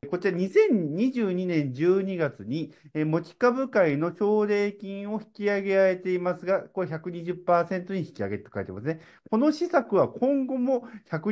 こちら2022年12月に、持ち株会の奨励金を引き上げられていますが、これ120%に引き上げと書いてますね。この施策は今後も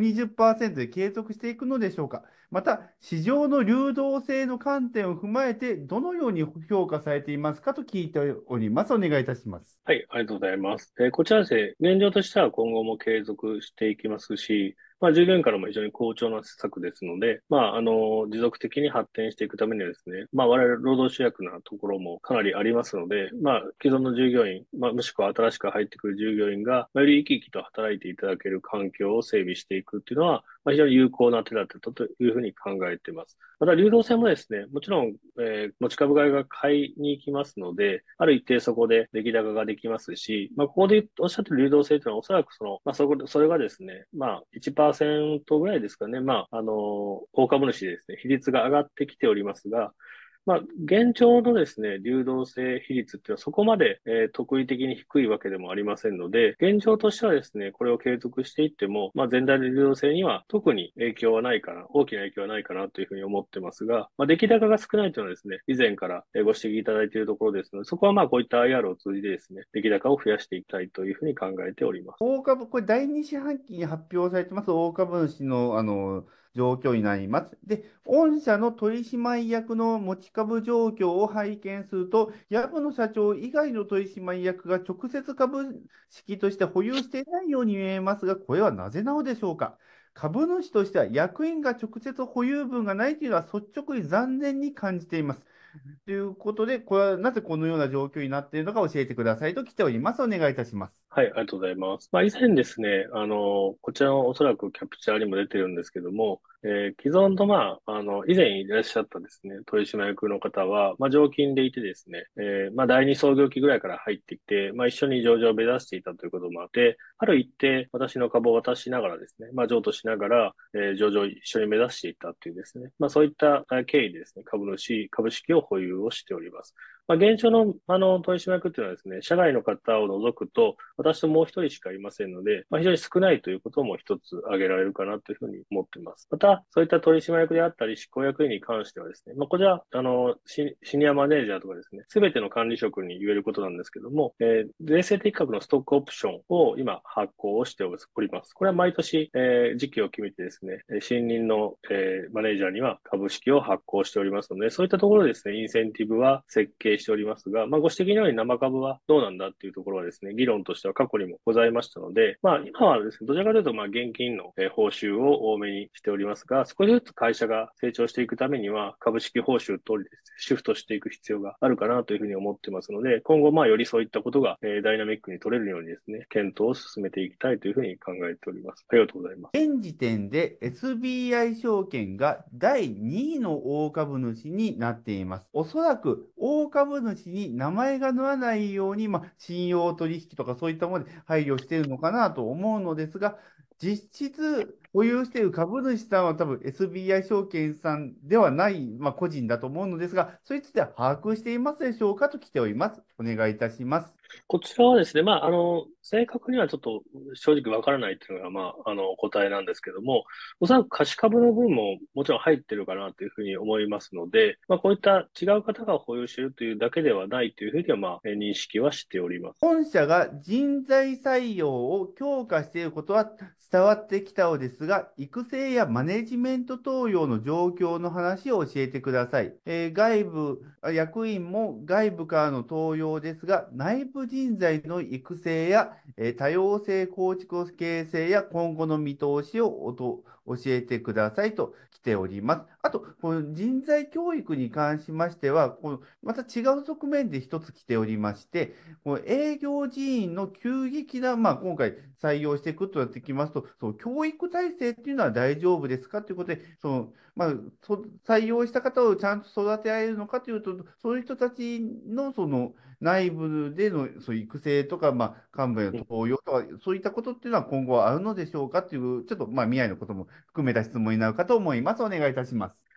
120%で継続していくのでしょうか。また、市場の流動性の観点を踏まえて、どのように評価されていますかと聞いております。お願いいたします。 はい、ありがとうございます。こちらですね、現状としては今後も継続していきますし、従業員からも非常に好調な施策ですので、持続的に発展していくためにはですね、我々労働主役なところもかなりありますので、既存の従業員、もしくは新しく入ってくる従業員が、より生き生きと働いていただける環境を整備していくっていうのは、非常に有効な手だったというふうに考えています。また、流動性もですね、もちろん、持ち株買いが買いに行きますので、ある一定そこで出来高ができますし、ここでおっしゃってる流動性というのはおそらくそれがですね、1%ぐらいですかね、大株主でですね、比率が上がってきておりますが、現状のですね、流動性比率っていうのはそこまで、特異的に低いわけでもありませんので、現状としてはですね、これを継続していっても、全体の流動性には特に影響はないかな、大きな影響はないかなというふうに思ってますが、出来高が少ないというのはですね、以前からご指摘いただいているところですので、そこはこういった IR を通じてですね、出来高を増やしていきたいというふうに考えております。 大株、これ第2四半期に発表されてます大株主の、状況になります。で、御社の取締役の持ち株状況を拝見すると、藪野社長以外の取締役が直接株式として保有していないように見えますが、これはなぜなのでしょうか。株主としては役員が直接保有分がないというのは率直に残念に感じています。ということで、これはなぜこのような状況になっているのか教えてくださいと来ております。お願いいたします。 はい、ありがとうございます。以前ですね、こちらのおそらくキャプチャーにも出てるんですけども、既存の、以前いらっしゃったですね、取締役の方は、常勤でいてですね、第二創業期ぐらいから入ってきて、一緒に上場を目指していたということもあって、ある一定、私の株を渡しながらですね、譲渡しながら、上場を一緒に目指していったというですね、そういった経緯でですね、株式を保有をしております。現状の、取締役っていうのはですね、社外の方を除くと、私ともう一人しかいませんので、非常に少ないということも一つ挙げられるかなというふうに思っています。また、そういった取締役であったり、執行役員に関してはですね、こちら、シニアマネージャーとかですね、すべての管理職に言えることなんですけども、税制的確のストックオプションを今発行をしております。これは毎年、時期を決めてですね、新任の、マネージャーには株式を発行しておりますので、そういったところでですね、インセンティブは設計しておりますが、ご指摘のように生株はどうなんだっていうところはですね、議論としては過去にもございましたので、今はですね、どちらかというと、現金の報酬を多めにしておりますが、少しずつ会社が成長していくためには、株式報酬通りですね、シフトしていく必要があるかなというふうに思ってますので、今後よりそういったことが、ダイナミックに取れるようにですね、検討を進めていきたいというふうに考えております。ありがとうございます。 現時点で SBI 証券が第2位の大株主になっています。おそらく大株主に名前が載らないように、信用取引とかそういったもので配慮しているのかなと思うのですが、実質保有している株主さんは多分 SBI 証券さんではない、個人だと思うのですが、それについては把握していますでしょうかと来ております。お願いいたします。 こちらはですね、正確にはちょっと正直わからないっていうのが、答えなんですけども、おそらく貸し株の分ももちろん入ってるかなというふうに思いますので、こういった違う方が保有しているというだけではないというふうには、認識はしております。 本社が人材採用を強化していることは伝わってきたのですが、育成やマネジメント登用の状況の話を教えてください。役員も外部からの登用ですが、内部人材の育成や、多様性構築形成や今後の見通しを教えてくださいと来ております。あと、この人材教育に関しましては、このまた違う側面で一つ来ておりまして、この営業人員の急激な、今回採用していくとなってきますと、その教育体制っていうのは大丈夫ですかということで、採用した方をちゃんと育てられるのかというと、そういう人たちのその内部でのそういう育成とか、幹部への登用とか、そういったことっていうのは今後あるのでしょうかという、ちょっと未来のことも含めた質問になるかと思います。お願いいたします。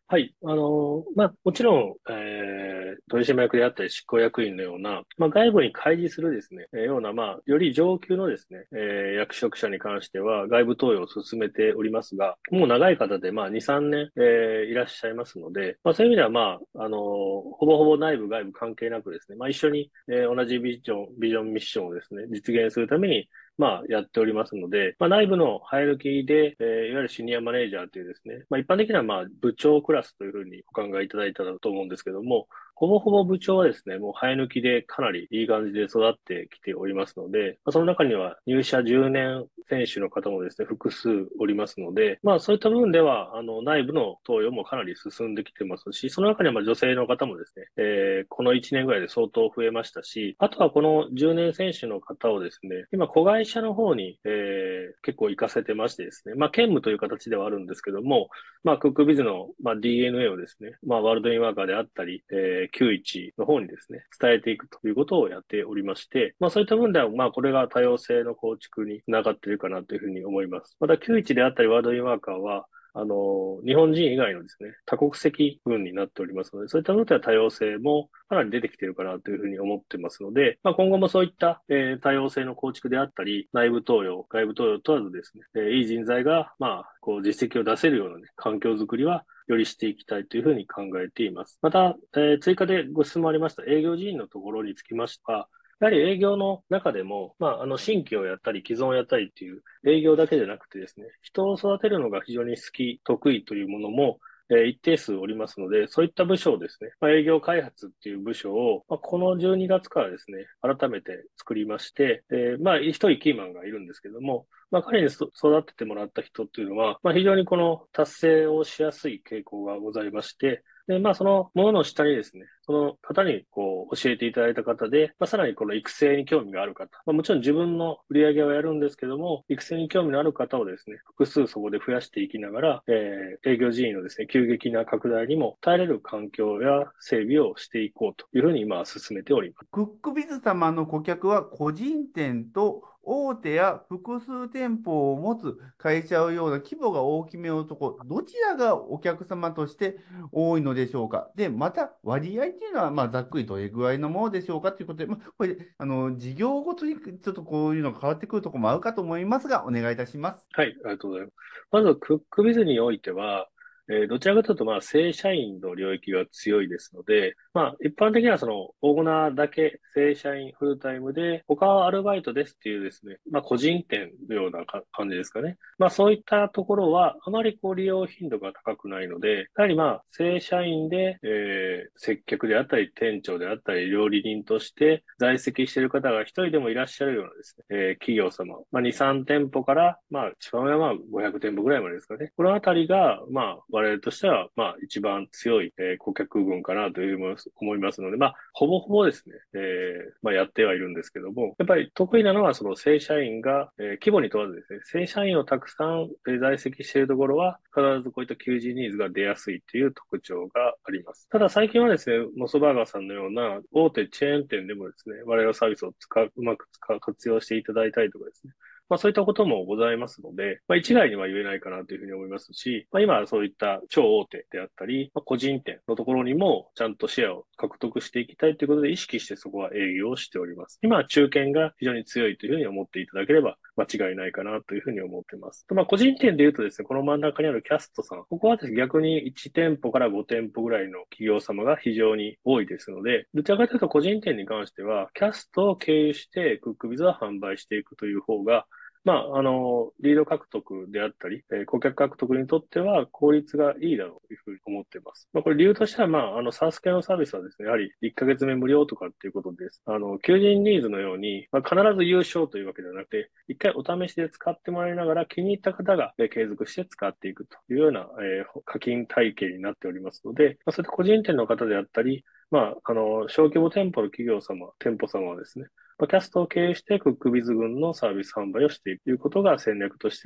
はい。もちろん、取締役であったり執行役員のような、外部に開示するですね、ような、より上級のですね、役職者に関しては外部登用を進めておりますが、もう長い方で、2、3年、いらっしゃいますので、そういう意味では、ほぼほぼ内部外部関係なくですね、一緒に、同じビジョンミッションをですね、実現するために、やっておりますので、内部の生え抜きで、いわゆるシニアマネージャーというですね、一般的には部長クラスというふうにお考えいただいたらと思うんですけども、ほぼほぼ部長はですね、もう生え抜きでかなりいい感じで育ってきておりますので、その中には入社10年選手の方もですね、複数おりますので、そういった部分では、内部の登用もかなり進んできてますし、その中には女性の方もですね、この1年ぐらいで相当増えましたし、あとはこの10年選手の方をですね、今子会社の方に、結構行かせてましてですね、兼務という形ではあるんですけども、クックビズの、DNA をですね、ワールドインワーカーであったり、91の方にですね、伝えていくということをやっておりまして、そういった分では、これが多様性の構築につながっているかなというふうに思います。また、91であったり、ワールドインワーカーは、日本人以外のですね、多国籍群になっておりますので、そういった部分では多様性もかなり出てきているかなというふうに思ってますので、今後もそういった、多様性の構築であったり、内部登用、外部登用問わずですね、いい人材が、実績を出せるようなね、環境づくりはよりしていきたいというふうに考えています。また、追加でご質問ありました営業人員のところにつきましては、やはり営業の中でも、新規をやったり、既存をやったりっていう営業だけじゃなくてですね、人を育てるのが非常に好き、得意というものも、一定数おりますので、そういった部署をですね、営業開発っていう部署を、この12月からですね、改めて作りまして、一人キーマンがいるんですけども、彼に育ててもらった人っていうのは、非常にこの達成をしやすい傾向がございまして、で、そのものの下にですね、その方にこう教えていただいた方で、さらにこの育成に興味がある方、もちろん自分の売り上げをやるんですけども、育成に興味のある方をですね、複数そこで増やしていきながら、営業人員のですね、急激な拡大にも耐えれる環境や整備をしていこうというふうに今進めております。 クックビズ様の顧客は個人店と大手や複数店舗を持つ会社のような規模が大きめのところ、どちらがお客様として多いのでしょうか。で、また割合っていうのは、ざっくりどれぐらいのものでしょうかということで、これ、事業ごとにちょっとこういうのが変わってくるところもあるかと思いますが、お願いいたします。 はい、ありがとうございます。まず、クックビズにおいては、どちらかというと、正社員の領域が強いですので、一般的にはその、オーナーだけ正社員フルタイムで、他はアルバイトですっていうですね、個人店のような感じですかね。そういったところは、あまりこう、利用頻度が高くないので、やはり正社員で、接客であったり、店長であったり、料理人として在籍している方が一人でもいらっしゃるようなですね、企業様、2、3店舗から、一番上は500店舗ぐらいまでですかね。このあたりが、我々としては、一番強い、顧客群かなというふうに思いますので、ほぼほぼですね、やってはいるんですけども、やっぱり得意なのは、その正社員が、規模に問わずですね、正社員をたくさん在籍しているところは、必ずこういった求人ニーズが出やすいという特徴があります。ただ最近はですね、モスバーガーさんのような大手チェーン店でもですね、我々のサービスをうまく活用していただいたりとかですね、そういったこともございますので、一概には言えないかなというふうに思いますし、今はそういった超大手であったり、個人店のところにもちゃんとシェアを獲得していきたいということで意識してそこは営業をしております。今は中堅が非常に強いというふうに思っていただければ間違いないかなというふうに思っています。個人店で言うとですね、この真ん中にあるキャストさん、ここはですね、逆に1店舗から5店舗ぐらいの企業様が非常に多いですので、どちらかというと個人店に関しては、キャストを経由してクックビズは販売していくという方が、リード獲得であったり、顧客獲得にとっては効率がいいだろうというふうに思っています。これ理由としては、サース系のサービスはですね、やはり1ヶ月目無料とかっていうことです。求人ニーズのように、必ず優勝というわけではなくて、一回お試しで使ってもらいながら気に入った方が継続して使っていくというような、課金体系になっておりますので、そういった個人店の方であったり、小規模店舗の企業様、店舗様はですね、キャストを経営してクックビズ群のサービス販売をしていくということが戦略としては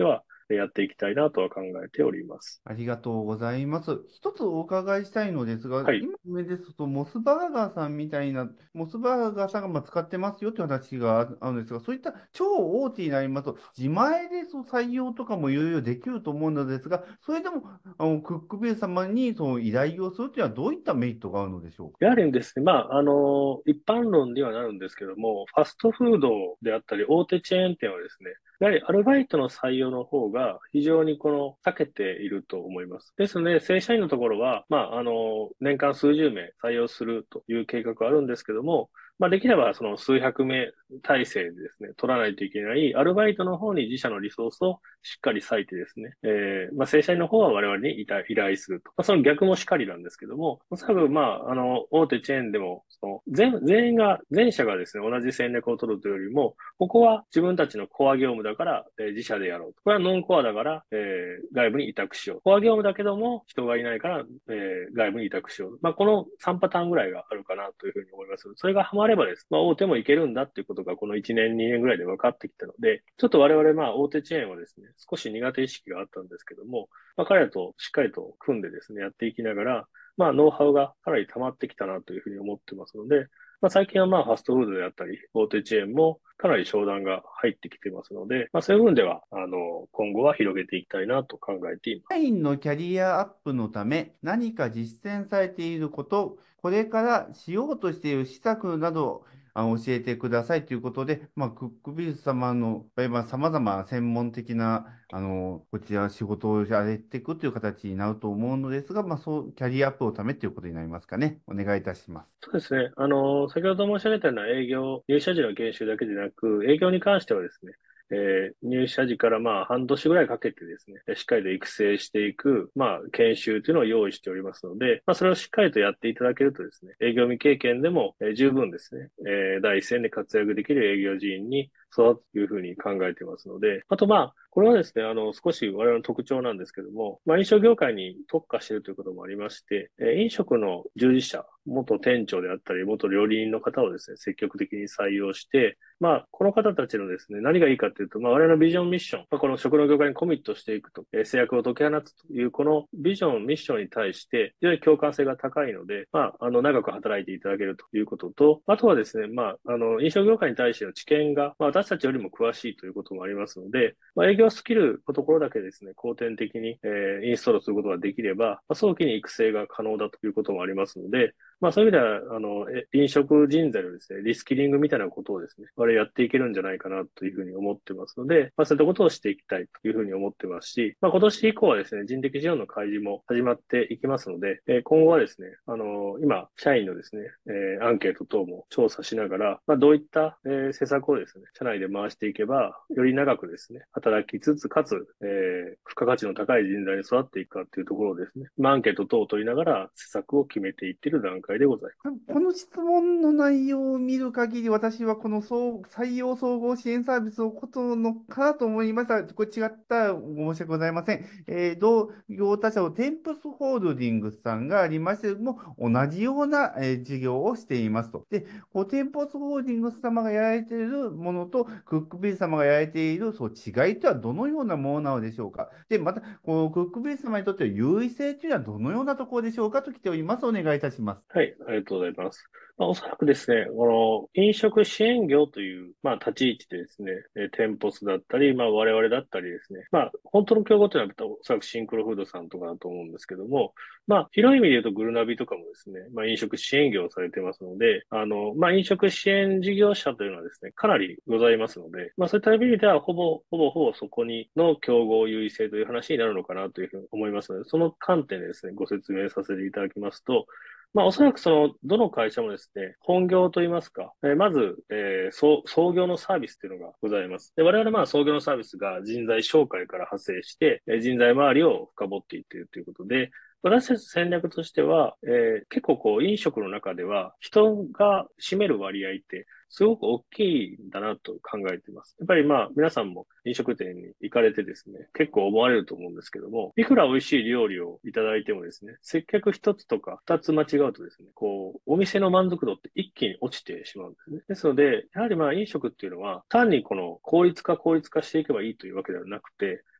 やっていきたいなとは考えております。 ありがとうございます。一つお伺いしたいのですが、 はい。 今上ですと、モスバーガーさんみたいな、モスバーガーさんが使ってますよという話があるんですが、そういった超大手になりますと、自前で採用とかもいろいろできると思うのですが、それでもクックベース様に依頼をするというのはどういったメリットがあるのでしょうか。 やはりですね、一般論にはなるんですけども、ファストフードであったり、大手チェーン店はですね、やはりアルバイトの採用の方が非常に長けていると思います。ですので、正社員のところは、年間数十名採用するという計画があるんですけども、できればその数百名体制でですね、取らないといけないアルバイトの方に自社のリソースをしっかり割いてですね、正社員の方は我々に依頼すると。その逆もしかりなんですけども、おそらく大手チェーンでも、全員が、全社がですね、同じ戦略を取るというよりも、ここは自分たちのコア業務だから、自社でやろうと。これはノンコアだから、外部に委託しよう。コア業務だけども、人がいないから、外部に委託しよう。この3パターンぐらいがあるかなというふうに思います。それがハマればです。大手もいけるんだっていうことが、この1年、2年ぐらいで分かってきたので、ちょっと我々、大手チェーンはですね、少し苦手意識があったんですけども、彼らとしっかりと組んでですね、やっていきながら、ノウハウがかなり溜まってきたなというふうに思ってますので、最近はファストフードであったり、大手チェーンもかなり商談が入ってきてますので、そういう部分では、今後は広げていきたいなと考えています。 社員のキャリアアップのため、何か実践されていること、これからしようとしている施策などを教えてくださいということで、クックビル様の場合は様々専門的な、こちら仕事をやっていくという形になると思うのですが、キャリアアップのためということになりますかね。お願いいたします。 そうですね。先ほど申し上げたような営業、入社時の研修だけでなく、営業に関してはですね、入社時から半年ぐらいかけてですね、しっかりと育成していく、研修というのを用意しておりますので、それをしっかりとやっていただけるとですね、営業未経験でも、十分ですね、第一線で活躍できる営業人員に育つというふうに考えていますので、あとこれはですね、少し我々の特徴なんですけども、飲食業界に特化しているということもありまして、飲食の従事者、元店長であったり、元料理人の方をですね、積極的に採用して、この方たちのですね、何がいいかというと、我々のビジョンミッション、この食の業界にコミットしていくと、制約を解き放つという、このビジョン、ミッションに対して、非常に共感性が高いので、長く働いていただけるということと、あとはですね、飲食業界に対しての知見が、私たちよりも詳しいということもありますので、営業スキルのところだけですね、後天的に、インストールすることができれば、早期に育成が可能だということもありますので、そういう意味では、飲食人材のですね、リスキリングみたいなことをですね、我々やっていけるんじゃないかなというふうに思ってますので、そういったことをしていきたいというふうに思ってますし、今年以降はですね、人的資本の開示も始まっていきますので、今後はですね、今、社員のですね、アンケート等も調査しながら、どういった、施策をですね、社内で回していけば、より長くですね、働きつつ、かつ、付加価値の高い人材に育っていくかというところをですね、アンケート等を取りながら施策を決めていっている段階でございます。 この質問の内容を見る限り、私はこの採用総合支援サービスをことのかなと思いました。これ違ったら申し訳ございません。同業他社のテンプスホールディングスさんがありましても、同じような、事業をしていますと。で、テンプスホールディングス様がやられているものと、クックビル様がやられている違いとはどのようなものなのでしょうか。で、また、クックビル様にとっては優位性というのはどのようなところでしょうかと来ております。お願いいたします。 はい、ありがとうございます。おそらくですね、この飲食支援業という、立ち位置でですね、店舗数だったり、我々だったりですね、本当の競合というのはおそらくシンクロフードさんとかだと思うんですけども、広い意味で言うとグルナビとかもですね、飲食支援業をされてますので、飲食支援事業者というのはですね、かなりございますので、そういった意味では、ほぼそこにの競合優位性という話になるのかなというふうに思いますので、その観点でですね、ご説明させていただきますと、おそらくどの会社もですね、本業といいますか、まず、創業のサービスというのがございます。で、我々創業のサービスが人材紹介から派生して、人材周りを深掘っていっているということで、私たち戦略としては、結構飲食の中では人が占める割合ってすごく大きいんだなと考えています。やっぱり皆さんも飲食店に行かれてですね、結構思われると思うんですけども、いくら美味しい料理をいただいてもですね、接客一つとか二つ間違うとですね、お店の満足度って一気に落ちてしまうんですね。ですので、やはり飲食っていうのは、単に効率化していけばいいというわけではなくて、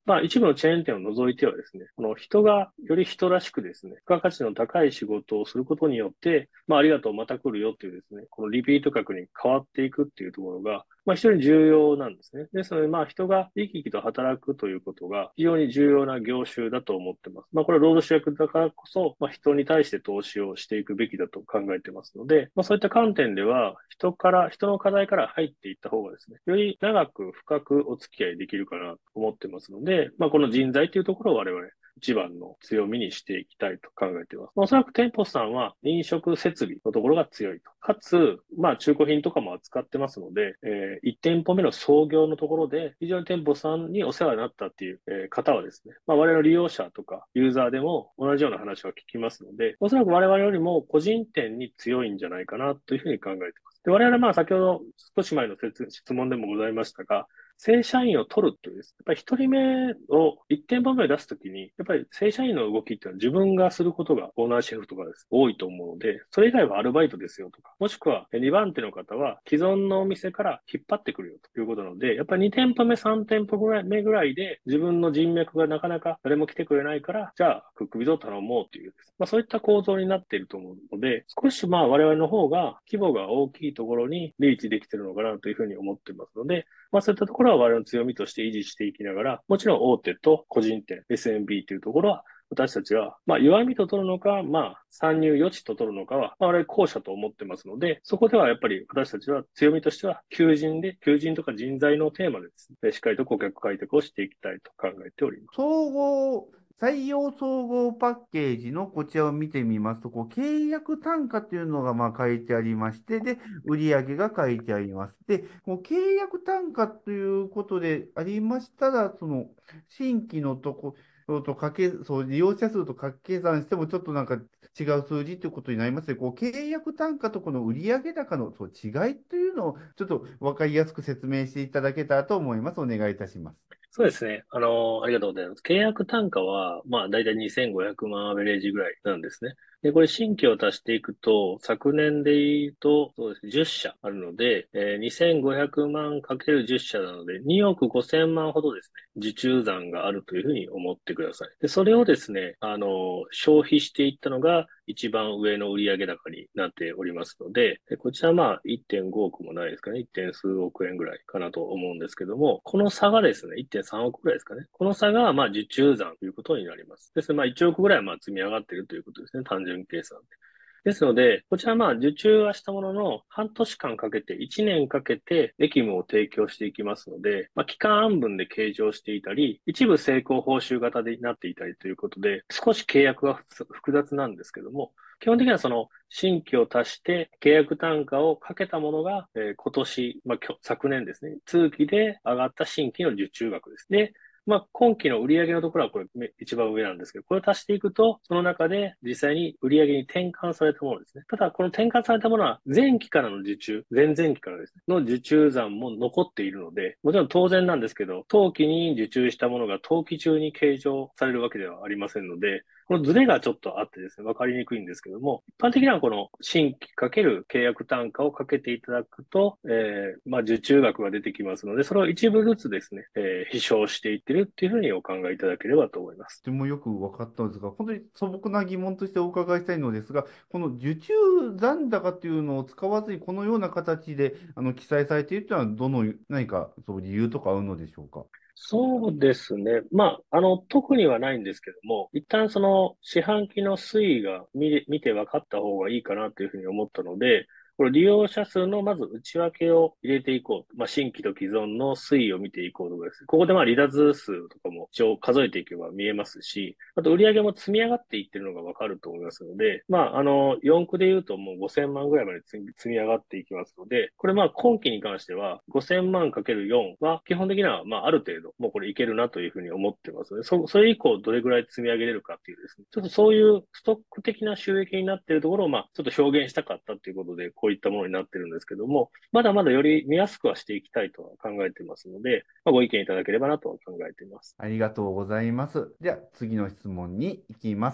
まあ一部のチェーン店を除いてはですね、この人がより人らしくですね、付加価値の高い仕事をすることによって、まあありがとうまた来るよっていうですね、このリピート客に変わっていくっていうところが、まあ非常に重要なんですね。ですのでまあ人が生き生きと働くということが非常に重要な業種だと思ってます。まあこれは労働者役だからこそ、まあ人に対して投資をしていくべきだと考えてますので、まあそういった観点では人の課題から入っていった方がですね、より長く深くお付き合いできるかなと思ってますので、まあこの人材というところを我々一番の強みにしていきたいと考えています。おそらく店舗さんは飲食設備のところが強いと。かつ、まあ中古品とかも扱ってますので、1店舗目の創業のところで非常に店舗さんにお世話になったっていう、方はですね、まあ我々の利用者とかユーザーでも同じような話は聞きますので、おそらく我々よりも個人店に強いんじゃないかなというふうに考えています。で、我々はまあ先ほど少し前の質問でもございましたが、正社員を取るというです。やっぱり一人目を一店舗目を出すときに、やっぱり正社員の動きっていうのは自分がすることがオーナーシェフとかです。多いと思うので、それ以外はアルバイトですよとか、もしくは2番手の方は既存のお店から引っ張ってくるよということなので、やっぱり2店舗目、3店舗目ぐらいで自分の人脈がなかなか誰も来てくれないから、じゃあクックビズを頼もうというです。まあそういった構造になっていると思うので、少しまあ我々の方が規模が大きいところにリーチできているのかなというふうに思っていますので、まあそういったところは我々の強みとして維持していきながら、もちろん大手と個人店、SMB というところは、私たちは、まあ弱みと取るのか、まあ参入余地と取るのかは、まあ我々後者と思ってますので、そこではやっぱり私たちは強みとしては、求人とか人材のテーマでですね、しっかりと顧客開拓をしていきたいと考えております。 総合、採用総合パッケージのこちらを見てみますと、契約単価というのが書いてありまして、で、売上が書いてあります。で、契約単価ということでありましたら、新規のところと利用者数と掛け算してもちょっと違う数字ということになりますので、契約単価とこの売上高の違いというのをちょっと分かりやすく説明していただけたらと思います。お願いいたします。 そうですね。ありがとうございます。契約単価は、まあ、だいたい2500万アベレージぐらいなんですね。で、これ新規を足していくと、昨年で言うと、そうですね、10社あるので、2500万かける10社なので、2億5000万ほどですね、受注残があるというふうに思ってください。で、それをですね、消費していったのが、一番上の売上高になっておりますので、こちらまあ1.5億もないですかね。1. 点数億円ぐらいかなと思うんですけども、この差がですね、1.3億ぐらいですかね。この差がまあ受注残ということになります。ですのでまあ1億ぐらいはまあ積み上がっているということですね。単純計算で。ですので、こちらまあ受注はしたものの、半年間かけて、1年かけて、役務を提供していきますので、まあ期間安分で計上していたり、一部成功報酬型でなっていたりということで、少し契約が複雑なんですけども、基本的にはその新規を足して契約単価をかけたものが、今年、まあ、昨年ですね、通期で上がった新規の受注額です。で、まあ、今期の売上のところはこれ一番上なんですけど、これを足していくと、その中で実際に売上に転換されたものですね。ただ、この転換されたものは前期からの受注、前々期からですね、の受注残も残っているので、もちろん当然なんですけど、当期に受注したものが当期中に計上されるわけではありませんので、このズレがちょっとあってですね、わかりにくいんですけども、一般的にはこの新規かける契約単価をかけていただくと、まあ受注額が出てきますので、それを一部ずつですね、飛翔していってるっていうふうにお考えいただければと思います。 とてもよく分かったんですが、本当に素朴な疑問としてお伺いしたいのですが、この受注残高というのを使わずに、このような形で記載されているというのは、何かそう理由とかあるのでしょうか。 そうですね。まあ、特にはないんですけども、一旦その四半期の推移が見て分かった方がいいかなというふうに思ったので、これ利用者数のまず内訳を入れていこう。まあ、新規と既存の推移を見ていこうとかです。ここでまあ離脱数とかも一応数えていけば見えますし、あと売上も積み上がっていってるのが分かると思いますので、まあ、4区で言うともう5000万ぐらいまで積み上がっていきますので、これまあ今期に関しては5000万かける4は基本的にはまあある程度もうこれいけるなというふうに思ってますので、それ以降どれぐらい積み上げれるかっていうですね、ちょっとそういうストック的な収益になっているところをまあちょっと表現したかったということで、こういったものになってるんですけども、まだまだより見やすくはしていきたいとは考えてますので、まあ、ご意見いただければなとは考えています。 ありがとうございます。では、次の質問に行きます。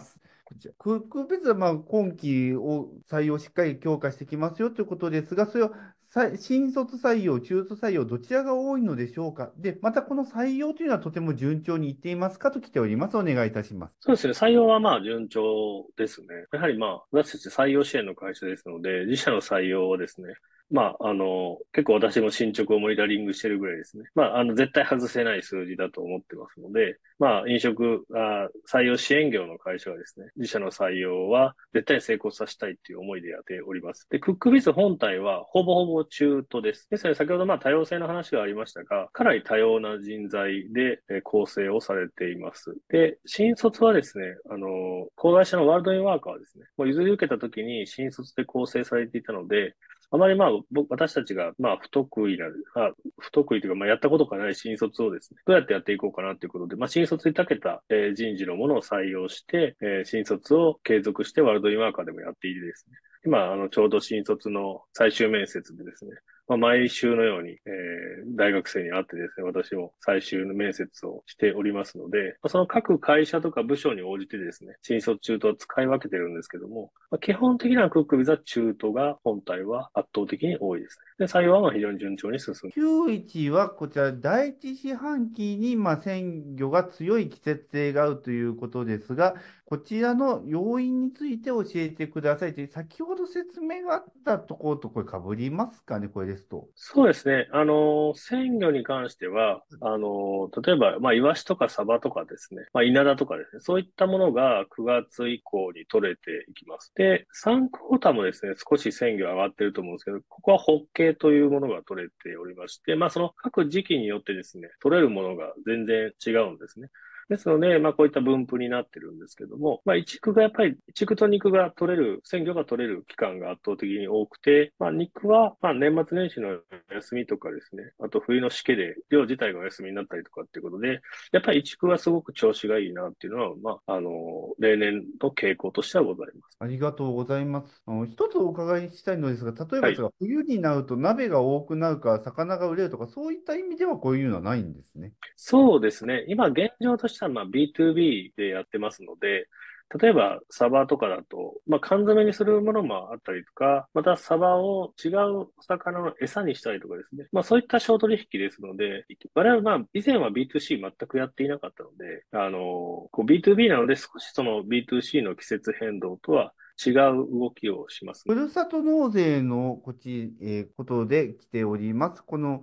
こちら。クックベースは今期を採用しっかり強化してきますよということですが、それを新卒採用、中途採用、どちらが多いのでしょうか。で、またこの採用というのはとても順調にいっていますかと来ております。お願いいたします。 そうですね。採用は順調ですね。やはり私たち採用支援の会社ですので、自社の採用はですね、結構私も進捗をモニタリングしてるぐらいですね。絶対外せない数字だと思ってますので、採用支援業の会社はですね、自社の採用は絶対に成功させたいっていう思いでやっております。で、クックビズ本体はほぼほぼ中途です。ですので、先ほど多様性の話がありましたが、かなり多様な人材で構成をされています。で、新卒はですね、子会社のワールドインワーカーはですね、もう譲り受けた時に新卒で構成されていたので、あまり私たちが不得意というか、やったことがない新卒をですね、どうやってやっていこうかなということで、新卒に長けた、人事のものを採用して、新卒を継続してワールドインワーカーでもやっていてですね、今、ちょうど新卒の最終面接でですね、毎週のように、大学生に会ってですね、私も最終の面接をしておりますので、その各会社とか部署に応じてですね、新卒中途を使い分けてるんですけども、基本的にはクックビザ中途が本体は圧倒的に多いですね。で、採用は非常に順調に進む。 91はこちら、第一四半期に鮮魚が強い季節性が合うということですが、こちらの要因について教えてくださいという、先ほど説明があったところとこれ被りますかね、これですと。 そうですね。鮮魚に関しては、例えば、イワシとかサバとかですね、イナダとかですね、そういったものが9月以降に取れていきます。で、3クォーターもですね、少し鮮魚上がってると思うんですけど、ここはホッケというものが取れておりまして、その各時期によってですね、取れるものが全然違うんですね。ですので、こういった分布になってるんですけども、一区と肉が取れる、鮮魚が取れる期間が圧倒的に多くて、肉は、年末年始の休みとかですね、あと冬のしけで、漁自体がお休みになったりとかっていうことで、やっぱり一区はすごく調子がいいなっていうのは、例年の傾向としてはございます。 ありがとうございます。一つお伺いしたいのですが、例えばはい。 ですが、冬になると鍋が多くなるから魚が売れるとか、そういった意味ではこういうのはないんですね。 そうですね。今、現状としては、B2B でやってますので、例えば、サバとかだと、缶詰にするものもあったりとか、またサバを違うお魚の餌にしたりとかですね。そういった商取引ですので、我々は以前は B2C 全くやっていなかったので、B2B なので少しその B2C の季節変動とは違う動きをします。 ふるさと納税のことで来ております。この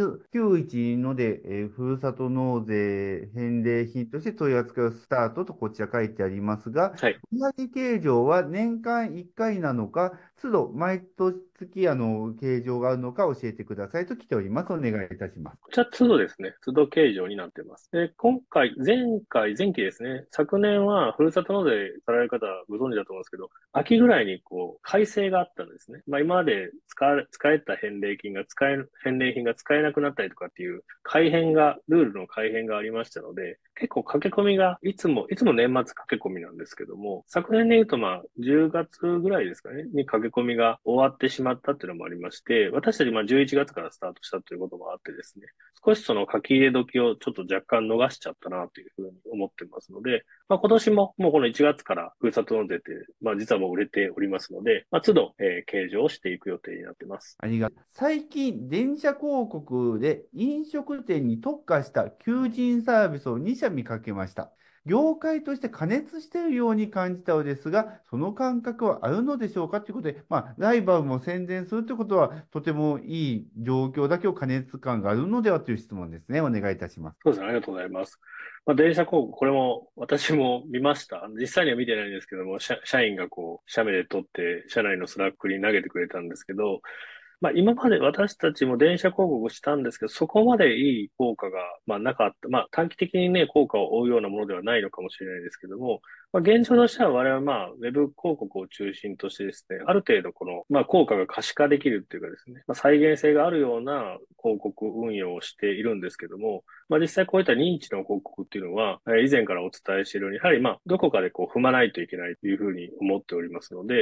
91ので、ふるさと納税返礼品として取り扱うスタートとこちら書いてありますが、 はい。 売上計上は年間1回なのか、都度毎月計上があるのか教えてくださいと来ております。お願いいたします。 こちら、都度ですね。都度計上になっています。で、前期ですね。昨年は、ふるさと納税される方ご存知だと思うんですけど、秋ぐらいに改正があったんですね。今まで使えた返礼品が使えなくなったりとかっていうルールの改変がありましたので、結構駆け込みが、いつも年末駆け込みなんですけども、昨年で言うと10月ぐらいですかね、に駆け込みが終わってしまったっていうのもありまして、私たち11月からスタートしたということもあってですね、少しその書き入れ時をちょっと若干逃しちゃったなというふうに思ってますので、今年ももうこの1月からふるさと納税って、実はもう売れておりますので、都度、計上していく予定になってます。 最近、電車広告で飲食店に特化した求人サービスを2社見かけました。業界として過熱しているように感じたのですが、その感覚はあるのでしょうかということで、ライバルも宣伝するということは、とてもいい状況だけど過熱感があるのではという質問ですね。お願いいたします。 そうですね、ありがとうございます。電車広告、これも私も見ました。実際には見てないんですけども、社員が写メで撮って、社内のスラックに投げてくれたんですけど、今まで私たちも電車広告をしたんですけど、そこまでいい効果が、なかった。短期的にね、効果を追うようなものではないのかもしれないですけども、現状としては我々はウェブ広告を中心としてですね、ある程度効果が可視化できるっていうかですね、再現性があるような広告運用をしているんですけども、実際こういった認知の広告っていうのは、以前からお伝えしているように、やはりどこかで踏まないといけないというふうに思っておりますので、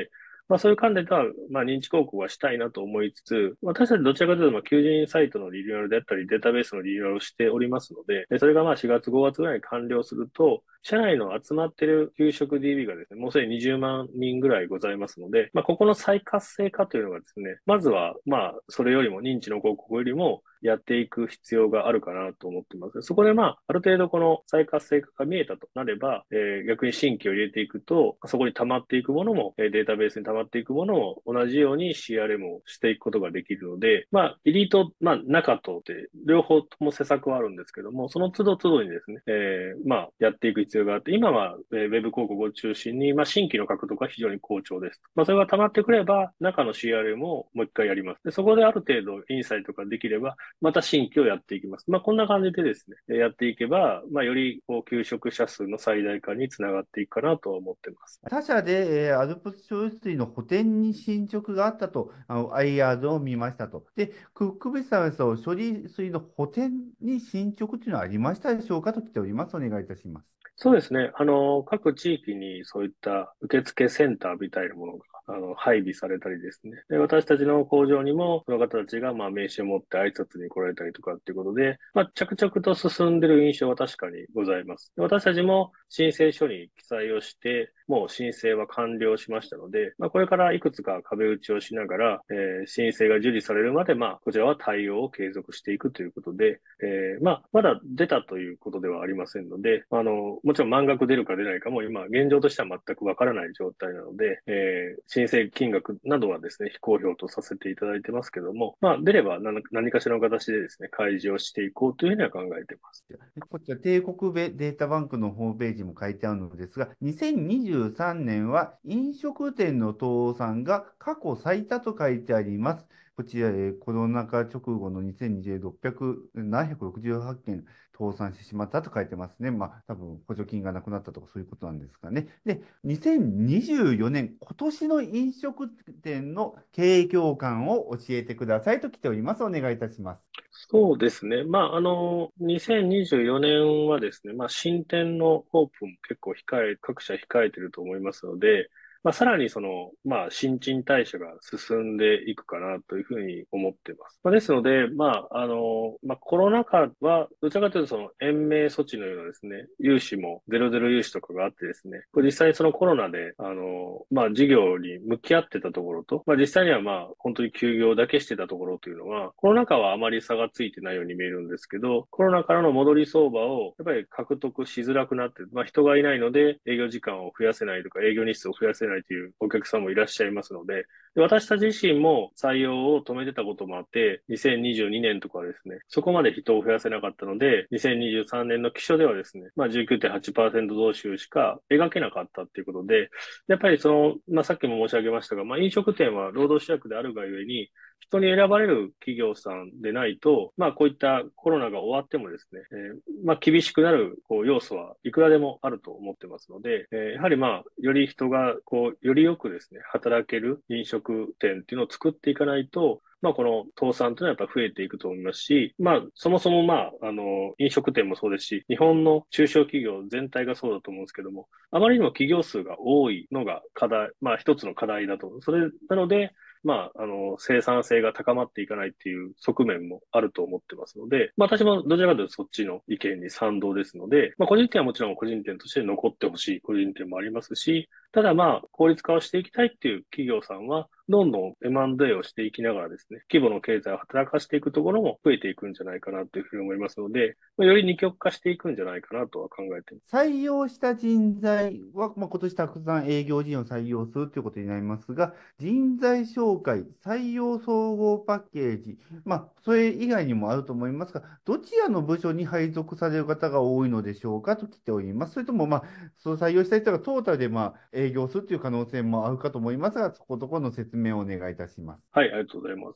そういう観点では、認知広告はしたいなと思いつつ、私たちどちらかというと、求人サイトのリニューアルであったり、データベースのリニューアルをしておりますので、それが4月、5月ぐらいに完了すると、社内の集まっている求職 DB がですね、もうすでに20万人ぐらいございますので、ここの再活性化というのがですね、まずは、それよりも認知の広告よりもやっていく必要があるかなと思っています。そこである程度この再活性化が見えたとなれば、逆に新規を入れていくと、そこに溜まっていくものも、データベースに溜まっていくものも同じように CRM をしていくことができるので、エリート、中とって両方とも施策はあるんですけども、その都度都度にですね、やっていく必要があって、今は、ウェブ広告を中心に、新規の獲得が非常に好調です。それが溜まってくれば、中の CRM をもう一回やります。で、そこである程度インサイトができれば、また新規をやっていきます。こんな感じでですね、やっていけば、より求職者数の最大化につながっていくかなと思っています。 他社で、アルプス処理水の補填に進捗があったと、IR を見ましたと。で、久部さんはそう処理水の補填に進捗というのはありましたでしょうかと来ております。お願いいたします。 そうですね。各地域にそういった受付センターみたいなものが、配備されたりですね。で、私たちの工場にも、その方たちが、名刺を持って挨拶に来られたりとかっていうことで、着々と進んでる印象は確かにございます。で私たちも申請書に記載をして、もう申請は完了しましたので、これからいくつか壁打ちをしながら、申請が受理されるまで、こちらは対応を継続していくということで、まだ出たということではありませんので、もちろん満額出るか出ないかも今、現状としては全くわからない状態なので、申請金額などはですね、非公表とさせていただいてますけども、出れば何かしらの形でですね、開示をしていこうというふうには考えています。 こちら、帝国データバンクのホームページも書いてあるのですが、2023年は飲食店の倒産が過去最多と書いてあります。こちら、コロナ禍直後の2020、768件倒産してしまったと書いてますね。多分補助金がなくなったとかそういうことなんですかね。で、2024年、今年の飲食店の経営況感を教えてくださいと来ております。お願いいたします。 そうですね。2024年はですね、新店のオープン結構各社控えてると思いますので、さらに新陳代謝が進んでいくかなというふうに思っています。ですので、コロナ禍は、どちらかというと延命措置のようなですね、融資もゼロゼロ融資とかがあってですね、これ実際そのコロナで、事業に向き合ってたところと、実際には本当に休業だけしてたところというのは、コロナ禍はあまり差がついてないように見えるんですけど、コロナからの戻り相場をやっぱり獲得しづらくなって、人がいないので営業時間を増やせないとか営業日数を増やせないというお客さんもいらっしゃいますので、私たち自身も採用を止めてたこともあって、2022年とかはですね、そこまで人を増やせなかったので、2023年の期初ではですね、19.8% 増収しか描けなかったっていうことで、やっぱりさっきも申し上げましたが、飲食店は労働主役であるがゆえに、人に選ばれる企業さんでないと、こういったコロナが終わってもですね、厳しくなる要素はいくらでもあると思ってますので、やはりより人がよりよくですね、働ける飲食店っていうのを作っていかないと、この倒産というのはやっぱ増えていくと思いますし、そもそも飲食店もそうですし、日本の中小企業全体がそうだと思うんですけども、あまりにも企業数が多いのが課題、一つの課題だと。それなので、生産性が高まっていかないっていう側面もあると思ってますので、私もどちらかというとそっちの意見に賛同ですので、個人店はもちろん個人店として残ってほしい個人店もありますし、ただ効率化をしていきたいっていう企業さんは、どんどん M&A をしていきながらですね、規模の経済を働かしていくところも増えていくんじゃないかなというふうに思いますので、より二極化していくんじゃないかなとは考えています。 採用した人材は、今年たくさん営業人を採用するということになりますが、人材紹介、採用総合パッケージ、それ以外にもあると思いますが、どちらの部署に配属される方が多いのでしょうかと来ております。それとも、そう採用した人がトータルで、営業するという可能性もあるかと思いますが、そことこの説明をお願いいたします。 はい、ありがとうございます。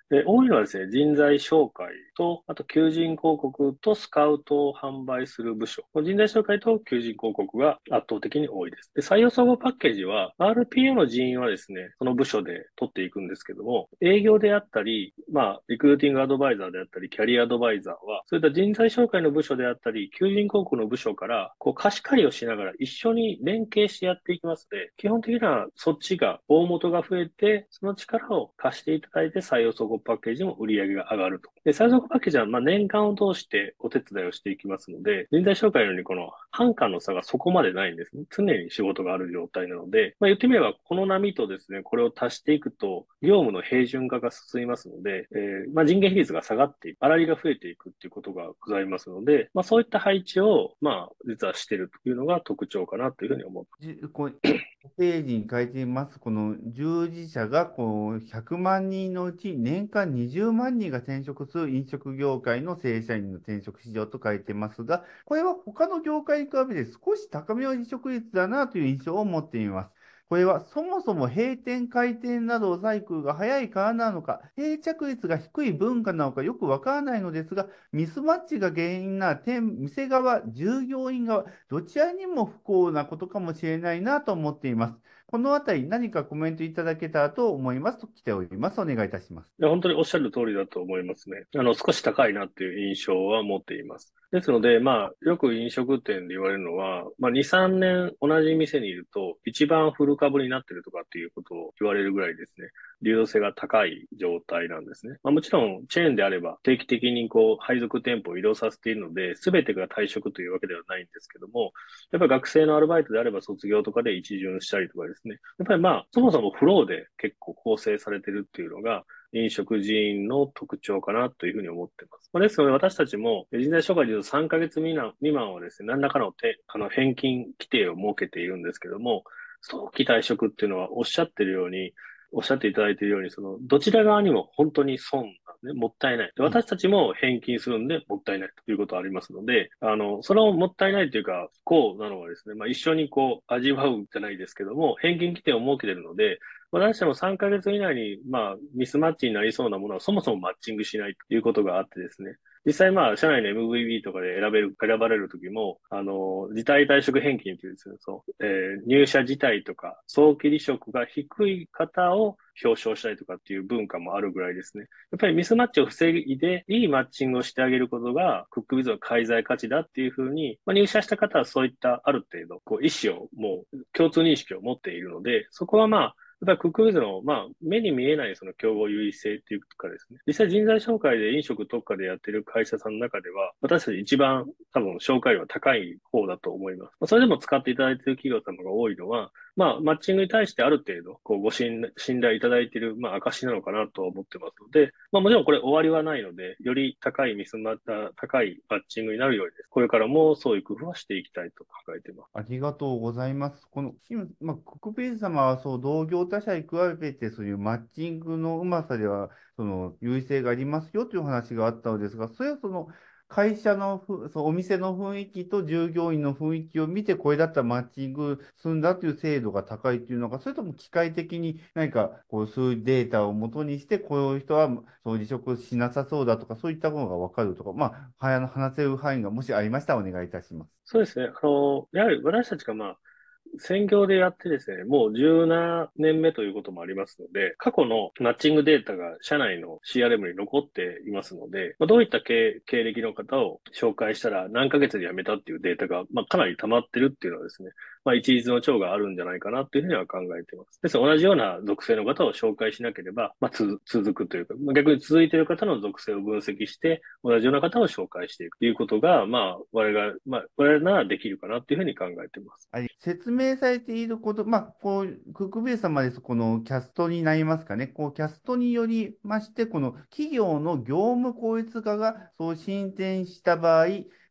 多いのはですね、人材紹介と、あと求人広告とスカウトを販売する部署。人材紹介と求人広告が圧倒的に多いです。で、採用総合パッケージは、RPO の人員はですね、その部署で取っていくんですけども、営業であったり、リクルーティングアドバイザーであったり、キャリアアドバイザーは、そういった人材紹介の部署であったり、求人広告の部署から、貸し借りをしながら一緒に連携してやっていきますので、基本的にはそっちが、大元が増えて、その力を貸していただいて採用総合パッケージも売り上げが上がると。で、採用総合パッケージは、年間を通してお手伝いをしていきますので、人材紹介のようにこの半価の差がそこまでないんですね。常に仕事がある状態なので、言ってみれば、この波とですね、これを足していくと、業務の平準化が進みますので、人間比率が下がっていく、粗利が増えていくっていうことがございますので、そういった配置を、実はしているというのが特徴かなというふうに思ってます。 こうページに書いています、この従事者が100万人のうち年間20万人が転職する飲食業界の正社員の転職市場と書いてますが、これは他の業界に比べて少し高めの離職率だなという印象を持っています。これはそもそも閉店、開店などサイクルが早いからなのか、定着率が低い文化なのかよくわからないのですが、ミスマッチが原因な店側、従業員側、どちらにも不幸なことかもしれないなと思っています。このあたり何かコメントいただけたらと思いますと来ております。お願いいたします。 いや、本当におっしゃる通りだと思いますね。少し高いなっていう印象は持っています。ですので、よく飲食店で言われるのは、2、3年同じ店にいると、一番フル株になってるとかっていうことを言われるぐらいですね、流動性が高い状態なんですね。もちろん、チェーンであれば、定期的に配属店舗を移動させているので、すべてが退職というわけではないんですけども、やっぱり学生のアルバイトであれば卒業とかで一巡したりとかですね、やっぱりそもそもフローで結構構成されてるっていうのが、飲食人員の特徴かなというふうに思っています。ですので私たちも人材紹介でいうと3ヶ月未満はですね、何らかの返金規定を設けているんですけども、早期退職っていうのはおっしゃっていただいているように、どちら側にも本当に損なんで、もったいない。で私たちも返金するんで、もったいないということはありますので、それをもったいないというか、不幸なのはですね、一緒に味わうじゃないですけども、返金規定を設けているので、私たちも3ヶ月以内に、ミスマッチになりそうなものはそもそもマッチングしないということがあってですね。実際社内の MVB とかで選ばれる時も、辞退退職返金というですね、入社辞退とか、早期離職が低い方を表彰したりとかっていう文化もあるぐらいですね。やっぱりミスマッチを防いで、いいマッチングをしてあげることが、クックビズの介在価値だっていうふうに、入社した方はそういったある程度、意思をもう共通認識を持っているので、そこはやっぱりクックビズの、目に見えないその競合優位性っていうかですね。実際人材紹介で飲食特化でやってる会社さんの中では、私たち一番多分紹介料は高い方だと思います。それでも使っていただいている企業様が多いのは、マッチングに対してある程度、信頼いただいている、証なのかなと思ってますので、もちろんこれ終わりはないので、より高い高いマッチングになるようにです。これからもそういう工夫はしていきたいと考えています。 ありがとうございます。クックページ様は同業他社に比べて、そういうマッチングのうまさでは、優位性がありますよという話があったのですが、それは会社のお店の雰囲気と従業員の雰囲気を見て、これだったらマッチングするんだという精度が高いというのか、それとも機械的に何かそういうデータを元にして、こういう人は離職しなさそうだとか、そういったものが分かるとか、話せる範囲がもしありましたらお願いいたします。 そうですね。やはり私たちが専業でやってですね、もう17年目ということもありますので、過去のマッチングデータが社内の CRM に残っていますので、どういった経歴の方を紹介したら何ヶ月で辞めたっていうデータが、かなり溜まってるっていうのはですね、一律の長があるんじゃないかなっていうふうには考えています。ですので、同じような属性の方を紹介しなければ、続くというか、逆に続いている方の属性を分析して、同じような方を紹介していくということが、我々ならできるかなっていうふうに考えています。 はい、説明されていること、クックベース様です。このキャストになりますかね。キャストによりまして、この企業の業務効率化がそう進展した場合、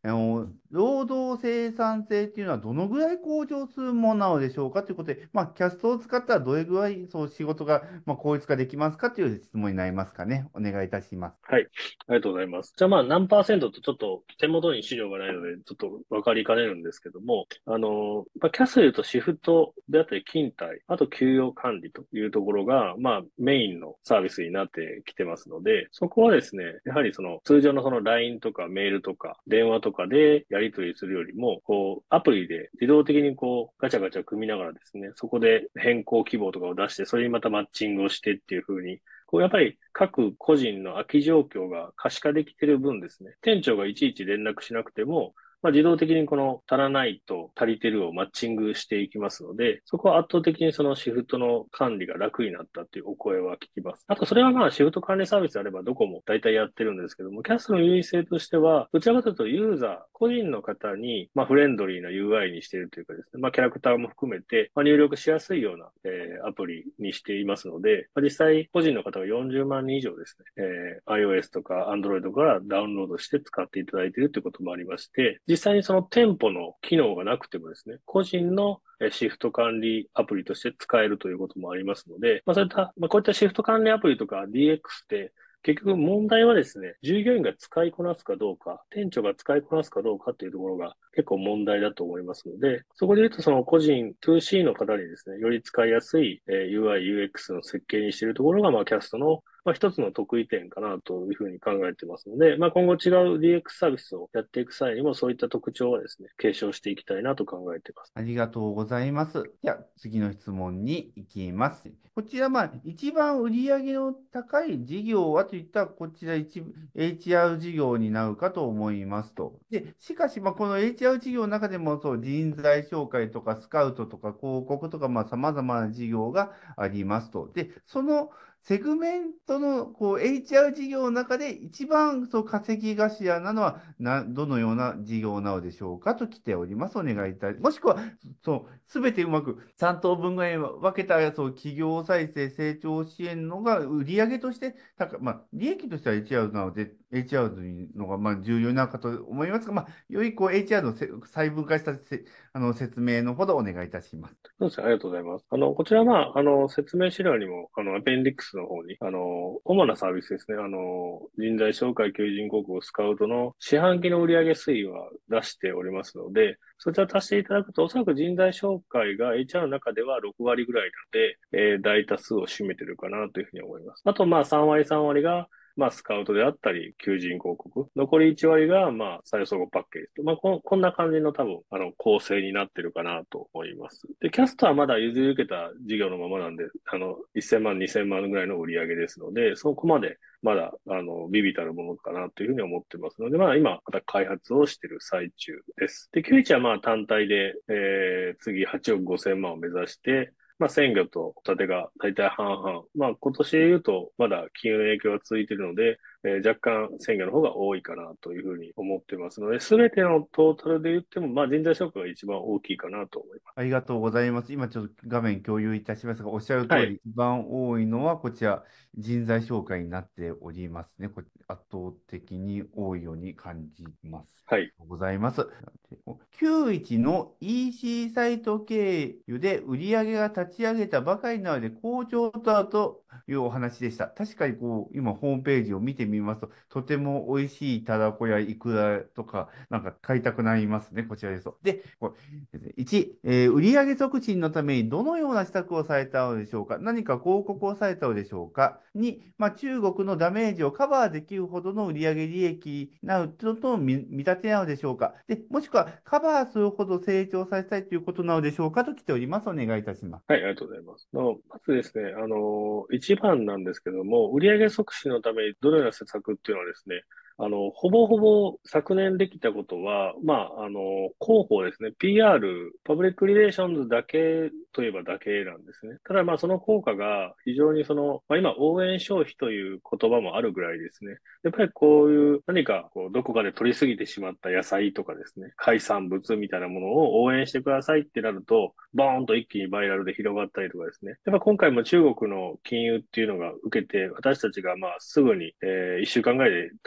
労働生産性っていうのはどのぐらい向上するものなのでしょうかということで、キャストを使ったらどれぐらいそう仕事が、効率化できますかという質問になりますかね。お願いいたします。 はい。ありがとうございます。じゃあ何パーセントとちょっと手元に資料がないので、ちょっと分かりかねるんですけども、キャスで言うとシフトであったり勤怠、あと給与管理というところが、メインのサービスになってきてますので、そこはですね、やはりその通常のその LINE とかメールとか電話とかでやり取りするよりも、アプリで自動的にガチャガチャ組みながらですね、そこで変更希望とかを出して、それにまたマッチングをしてっていう風に、やっぱり各個人の空き状況が可視化できている分ですね、店長がいちいち連絡しなくても、自動的にこの足らないと足りてるをマッチングしていきますので、そこは圧倒的にそのシフトの管理が楽になったっていうお声は聞きます。あとそれはシフト管理サービスであればどこも大体やってるんですけども、キャストの優位性としては、どちらかというとユーザー、個人の方に、フレンドリーな UI にしているというかですね、キャラクターも含めて、入力しやすいような、アプリにしていますので、実際個人の方が40万人以上ですね、iOS とか Android からダウンロードして使っていただいているということもありまして、実際にその店舗の機能がなくてもですね、個人のシフト管理アプリとして使えるということもありますので、そういった、こういったシフト管理アプリとか DX って結局問題はですね、従業員が使いこなすかどうか、店長が使いこなすかどうかっていうところが結構問題だと思いますので、そこで言うとその個人 2C の方にですね、より使いやすい UI、UX の設計にしているところがキャストの一つの得意点かなというふうに考えてますので、今後違う DX サービスをやっていく際にもそういった特徴はですね、継承していきたいなと考えています。 ありがとうございます。じゃあ、次の質問に行きます。こちら、一番売上の高い事業はといったら、こちらHR 事業になるかと思いますと。で、しかし、この HR 事業の中でも、そう、人材紹介とか、スカウトとか、広告とか、様々な事業がありますと。で、そのセグメントのHR 事業の中で一番稼ぎ頭なのはどのような事業なのでしょうかと来ております。お願いいたします。もしくは、すべてうまく3等分ぐらいに分けた企業再生、成長支援のが売上として利益としては HR なので、HR のが重要なのかと思いますが、よりHR の細分化した説明のほどお願いいたします。 そうですね、ありがとうございます。こちらは、説明資料にも、アペンディックスの方に、主なサービスですね、人材紹介、求人広告、スカウトの四半期の売上推移は出しておりますので、そちら足していただくと、おそらく人材紹介が HR の中では6割ぐらいなので、大多数を占めてるかなというふうに思います。あと、3割、3割が、スカウトであったり、求人広告。残り1割が、再総合パッケージと。こんな感じの多分、構成になってるかなと思います。で、キャストはまだ譲り受けた事業のままなんで、1000万、2000万ぐらいの売り上げですので、そこまで、まだ、ビビたるものかなというふうに思ってますので、今、また開発をしている最中です。で、91は単体で、次8億5000万を目指して、鮮魚とホタテが大体半々。今年で言うと、まだ金融の影響が続いているので、若干鮮魚の方が多いかなというふうに思ってますので、すべてのトータルで言っても、人材紹介が一番大きいかなと思います。 ありがとうございます。今ちょっと画面共有いたしますが、おっしゃるはい。 通り、一番多いのはこちら、人材紹介になっておりますね。圧倒的に多いように感じます。 はい。 ありがとうございます。91の EC サイト経由で売上が立ち上げたばかりなので好調だというお話でした。確かに今ホームページを見てみますと、とても美味しいたらこやいくらとか、なんか買いたくなりますね。こちらですと。で、1、売上促進のためにどのような施策をされたのでしょうか。何か広告をされたのでしょうか。2、中国のダメージをカバーできるほどの売上利益になるとの見立てなのでしょうか。で、もしくはカバーするほど成長させたいということなのでしょうかと来ております。お願いいたします。 はい、ありがとうございます。まずですね、一番なんですけども、売上促進のためにどのような施策っていうのはですね、ほぼほぼ昨年できたことは、広報ですね。PR、パブリックリレーションズだけといえばだけなんですね。ただその効果が非常に今応援消費という言葉もあるぐらいですね。やっぱりこういう何かどこかで取りすぎてしまった野菜とかですね、海産物みたいなものを応援してくださいってなると、ボーンと一気にバイラルで広がったりとかですね。やっぱ今回も中国の金融っていうのが受けて、私たちがすぐに、1週間ぐらいで立ち上げ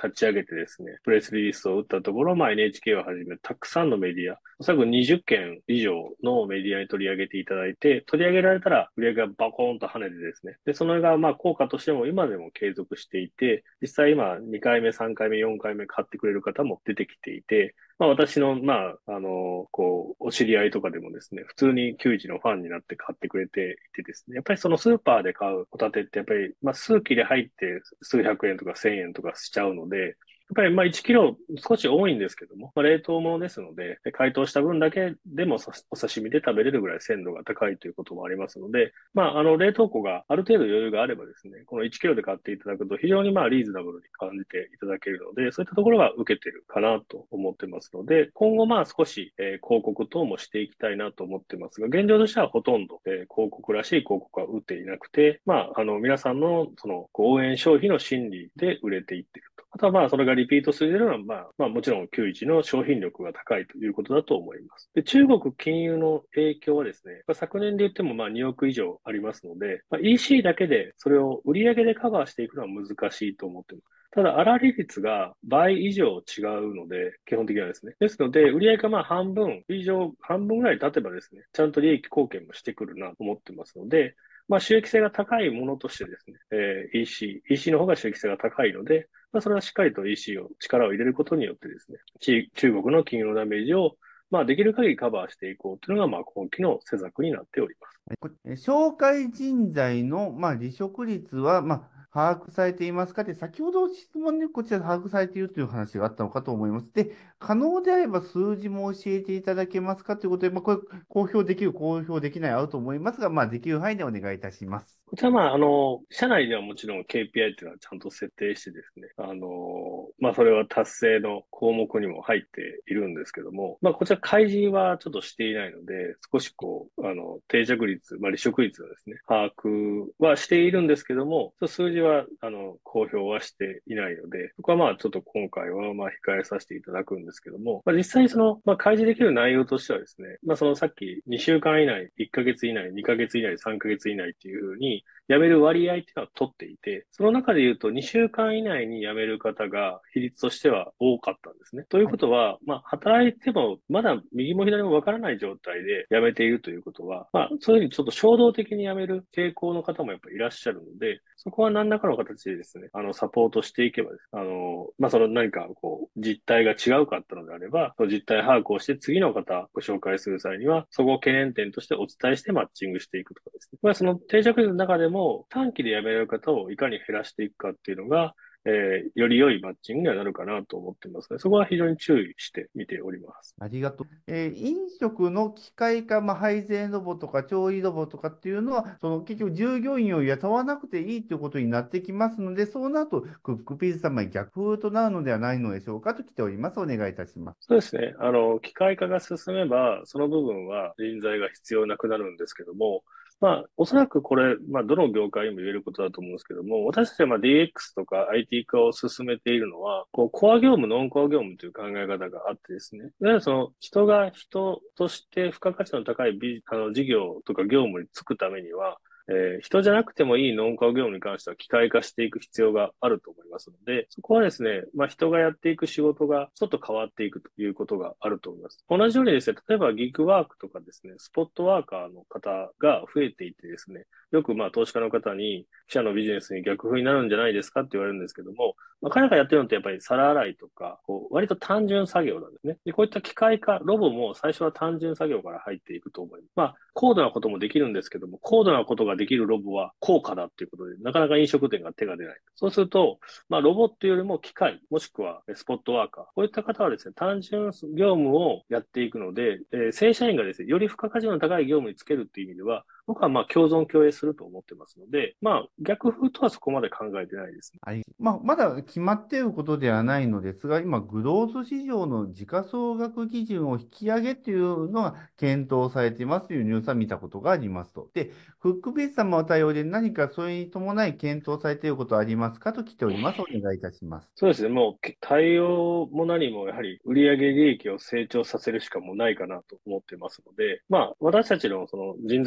てですね、プレスリリースを打ったところ、まあ NHK をはじめたくさんのメディア、おそらく20件以上のメディアに取り上げていただいて、取り上げられたら売り上げがバコーンと跳ねてですね、で、それがまあ効果としても今でも継続していて、実際今2回目、3回目、4回目買ってくれる方も出てきていて、まあ私の、まあ、お知り合いとかでもですね、普通に91のファンになって買ってくれていてですね、やっぱりそのスーパーで買うホタテってやっぱり、まあ数切れ入って数百円とか千円とかしちゃうので、やっぱりまあ1キロ少し多いんですけども、まあ、冷凍物ですので、解凍した分だけでもお刺身で食べれるぐらい鮮度が高いということもありますので、まあ冷凍庫がある程度余裕があればですね、この1キロで買っていただくと非常にまあリーズナブルに感じていただけるので、そういったところが受けてるかなと思ってますので、今後まあ少し、広告等もしていきたいなと思ってますが、現状としてはほとんど、広告らしい広告は打っていなくて、まあ皆さんのその応援消費の心理で売れていっていると。あとはまあ、それがリピートするのは、まあ、もちろん91の商品力が高いということだと思います。で、中国金融の影響はですね、昨年で言ってもまあ2億以上ありますので、まあ、EC だけでそれを売上でカバーしていくのは難しいと思っています。ただ、粗利率が倍以上違うので、基本的にはですね。ですので、売上がまあ半分以上、半分ぐらい経てばですね、ちゃんと利益貢献もしてくるなと思ってますので、まあ、収益性が高いものとしてですね、EC の方が収益性が高いので、まあ、それはしっかりと EC を力を入れることによってですね、中国の金融のダメージを、まあ、できる限りカバーしていこうというのが、まあ、今期の施策になっております。 紹介人材の、まあ、離職率は、まあ、把握されていますかって、先ほど質問でこちら把握されているという話があったのかと思います。で、可能であれば数字も教えていただけますかということで、まあ、これ、公表できる、公表できないあると思いますが、まあ、できる範囲でお願いいたします。 こちら、まあ、社内ではもちろん KPI っていうのはちゃんと設定してですね、まあ、それは達成の項目にも入っているんですけども、まあ、こちら開示はちょっとしていないので、少しこう、定着率、まあ、離職率をですね、把握はしているんですけども、数字は、公表はしていないので、そこはまあ、ちょっと今回はまあ、控えさせていただくんですけども、まあ、実際にその、まあ、開示できる内容としてはですね、まあ、そのさっき2週間以内、1ヶ月以内、2ヶ月以内、3ヶ月以内っていうふうに、辞める割合っていうのは取っていて、その中で言うと2週間以内に辞める方が比率としては多かったんですね。ということは、まあ、働いてもまだ右も左もわからない状態で辞めているということは、まあ、そういうふうにちょっと衝動的に辞める傾向の方もやっぱりいらっしゃるので、そこは何らかの形でですね、サポートしていけばです。まあ、その何かこう、実態が違うかったのであれば、実態把握をして次の方ご紹介する際には、そこを懸念点としてお伝えしてマッチングしていくとかですね。まあ、その定着率の中でも短期で辞められる方をいかに減らしていくかっていうのが、より良いマッチングにはなるかなと思ってますので、そこは非常に注意して見ております。 ありがとう。飲食の機械化、まあ、配膳ロボとか調理ロボとかっていうのは、その結局従業員を雇わなくていいということになってきますので、そうなるとクックピーズ様に逆風となるのではないのでしょうかと来ております。お願いいたします。 そうですね。機械化が進めば、その部分は人材が必要なくなるんですけども、まあ、おそらくこれ、まあ、どの業界にも言えることだと思うんですけども、私たちはまあ DX とか IT 化を進めているのは、こう、コア業務、ノンコア業務という考え方があってですね。いわゆるその、人が人として付加価値の高い事業とか業務に就くためには、人じゃなくてもいいノンカー業務に関しては機械化していく必要があると思いますので、そこはですね、まあ人がやっていく仕事がちょっと変わっていくということがあると思います。同じようにですね、例えばギグワークとかですね、スポットワーカーの方が増えていてですね、よくまあ投資家の方に記者のビジネスに逆風になるんじゃないですかって言われるんですけども、まあ、彼らがやってるのってやっぱり皿洗いとか、こう割と単純作業なんですね。で、こういった機械化、ロボも最初は単純作業から入っていくと思います。まあ、高度なこともできるんですけども、高度なことができるロボは高価だっていうことで、なかなか飲食店が手が出ない。そうすると、まあ、ロボっていうよりも機械、もしくはスポットワーカー、こういった方はですね、単純業務をやっていくので、正社員がですね、より付加価値の高い業務につけるっていう意味では、僕はまあ共存共栄すると思ってますので、まあ逆風とはそこまで考えてないですね。 まあ、まだ決まっていることではないのですが、今、グロース市場の時価総額基準を引き上げというのが検討されていますというニュースは見たことがありますと。で、クックベース様の対応で何かそれに伴い検討されていることはありますかと来ております。お願いいたします。 そうですね。もう対応も何もやはり売上利益を成長させるしかもうないかなと思ってますので、まあ私たちのその人材ビジネスという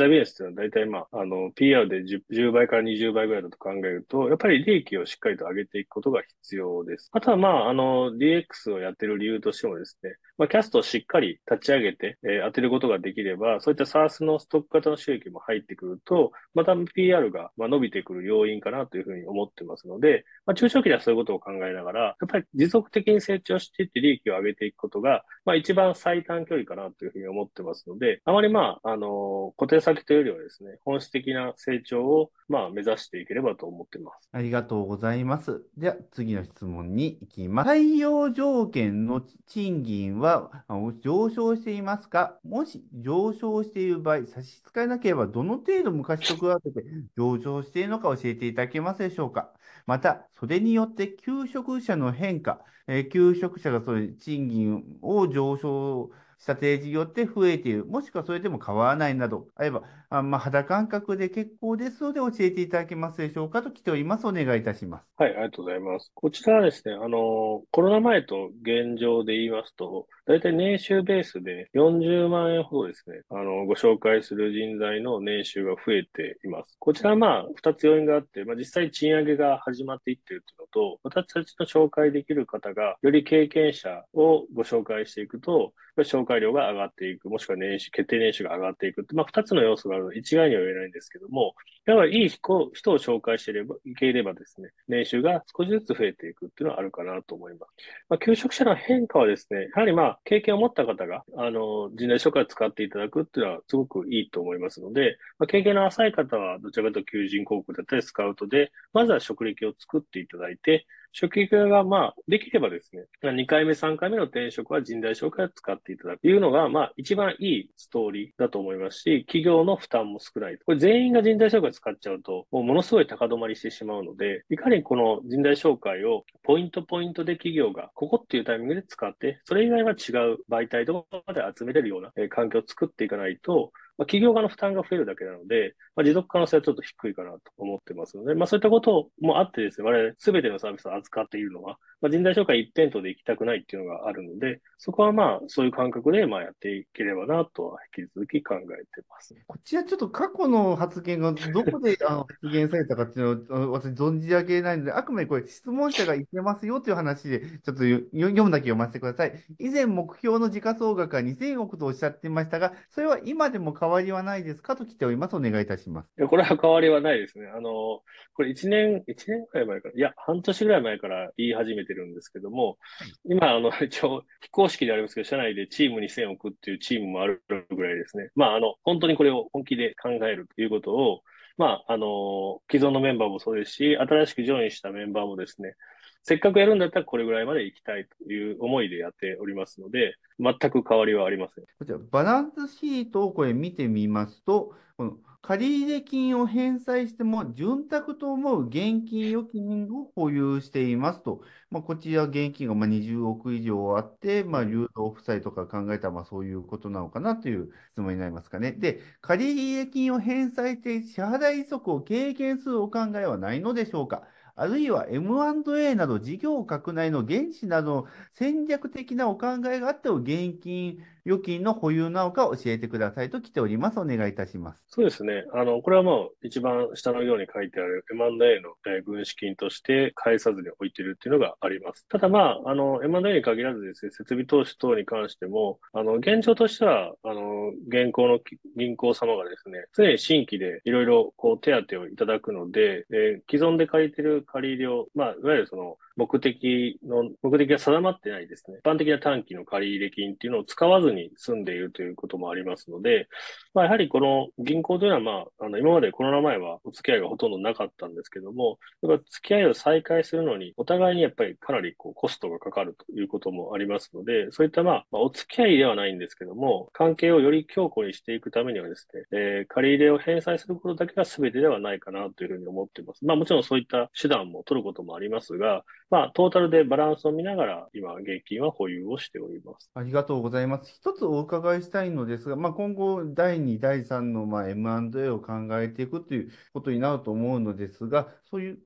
いうのは大体PR で10倍から20倍ぐらいだと考えると、やっぱり利益をしっかりと上げていくことが必要です。あとはDX をやってる理由としてもですね、キャストをしっかり立ち上げて、当てることができれば、そういった SaaS のストック型の収益も入ってくると、また PR が伸びてくる要因かなというふうに思ってますので、中長期ではそういうことを考えながら、やっぱり持続的に成長していって利益を上げていくことが、一番最短距離かなというふうに思ってますので、あまり小手先というよりはですね、本質的な成長を、目指していければと思ってます。 ありがとうございます。では、次の質問に行きます。採用条件の賃金は上昇していますか？もし上昇している場合、差し支えなければどの程度昔と比べて上昇しているのか教えていただけますでしょうか？また、それによって求職者の変化、求職者がそれ賃金を上昇した提示によって増えている、もしくはそれでも変わらないなど、あれば、肌感覚で結構ですので教えていただけますでしょうかと来ております。お願いいたします。 はい、ありがとうございます。こちらはですね、コロナ前と現状で言いますと、だいたい年収ベースで40万円ほどですね、ご紹介する人材の年収が増えています。こちらは二つ要因があって、実際賃上げが始まっていっているというのと、私たちの紹介できる方が、より経験者をご紹介していくと、紹介料が上がっていく、もしくは決定年収が上がっていくって、二つの要素があるので、一概には言えないんですけども、やはりいい人を紹介していければですね、年収が少しずつ増えていくっていうのはあるかなと思います。求職者の変化はですね、やはり経験を持った方が、人材紹介を使っていただくっていうのはすごくいいと思いますので、経験の浅い方はどちらかというと求人広告だったりスカウトで、まずは職歴を作っていただいて、初期ができればですね、2回目、3回目の転職は人材紹介を使っていただくというのが、一番いいストーリーだと思いますし、企業の負担も少ない。これ全員が人材紹介を使っちゃうと、もうものすごい高止まりしてしまうので、いかにこの人材紹介をポイントポイントで企業が、ここっていうタイミングで使って、それ以外は違う媒体とかで集めれるような環境を作っていかないと、企業側の負担が増えるだけなので、持続可能性はちょっと低いかなと思ってますので、そういったこともあってですね、我々すべてのサービスを扱っているのは、人材紹介一辺倒で行きたくないっていうのがあるので、そこはそういう感覚でやっていければなとは引き続き考えてます。 こちらちょっと過去の発言がどこで発言されたかっていうのを私存じ上げないので、あくまでこれ質問者が言ってますよという話で、ちょっと読むだけ読ませてください。以前目標の時価総額は2000億とおっしゃっていましたが、それは今でも変わりはないですかと来ております。お願いいたします。 いや、これは変わりはないですね。これ一年くらい前から、いや、半年ぐらい前から言い始めてるんですけども、今、一応、非公式でありますけど、社内でチーム2000億っていうチームもあるぐらいですね。本当にこれを本気で考えるということを、既存のメンバーもそうですし、新しくジョインしたメンバーもですね、せっかくやるんだったらこれぐらいまで行きたいという思いでやっておりますので、全く変わりはありません。 こちら、バランスシートをこれ見てみますと、この借入金を返済しても潤沢と思う現金預金を保有していますと、こちら現金が20億以上あって、流動負債とか考えたらそういうことなのかなという質問になりますかね。で、借入金を返済して支払い利息を軽減するお考えはないのでしょうか？あるいは M&A など事業拡大の原資など戦略的なお考えがあっても現金預金の保有なのか教えてくださいと来ております。お願いいたします。 そうですね。これはもう一番下のように書いてある M&A の軍資金として返さずに置いているっていうのがあります。ただM&A に限らずですね、設備投資等に関しても、現状としては、現行の銀行様がですね、常に新規でいろいろこう手当をいただくので、既存で借りてる借り入れを、いわゆるその目的が定まってないですね。一般的な短期の借入金っていうのを使わずに済んでいるということもありますので、やはりこの銀行というのは、今までコロナ前はお付き合いがほとんどなかったんですけども、やっぱ付き合いを再開するのに、お互いにやっぱりかなりこうコストがかかるということもありますので、そういったお付き合いではないんですけども、関係をより強固にしていくためにはですね、借り入れを返済することだけが全てではないかなというふうに思っています。もちろんそういった手段も取ることもありますが、トータルでバランスを見ながら、今、現金は保有をしております。 ありがとうございます。一つお伺いしたいのですが、今後、第2、第3のM&A を考えていくということになると思うのですが、そういう候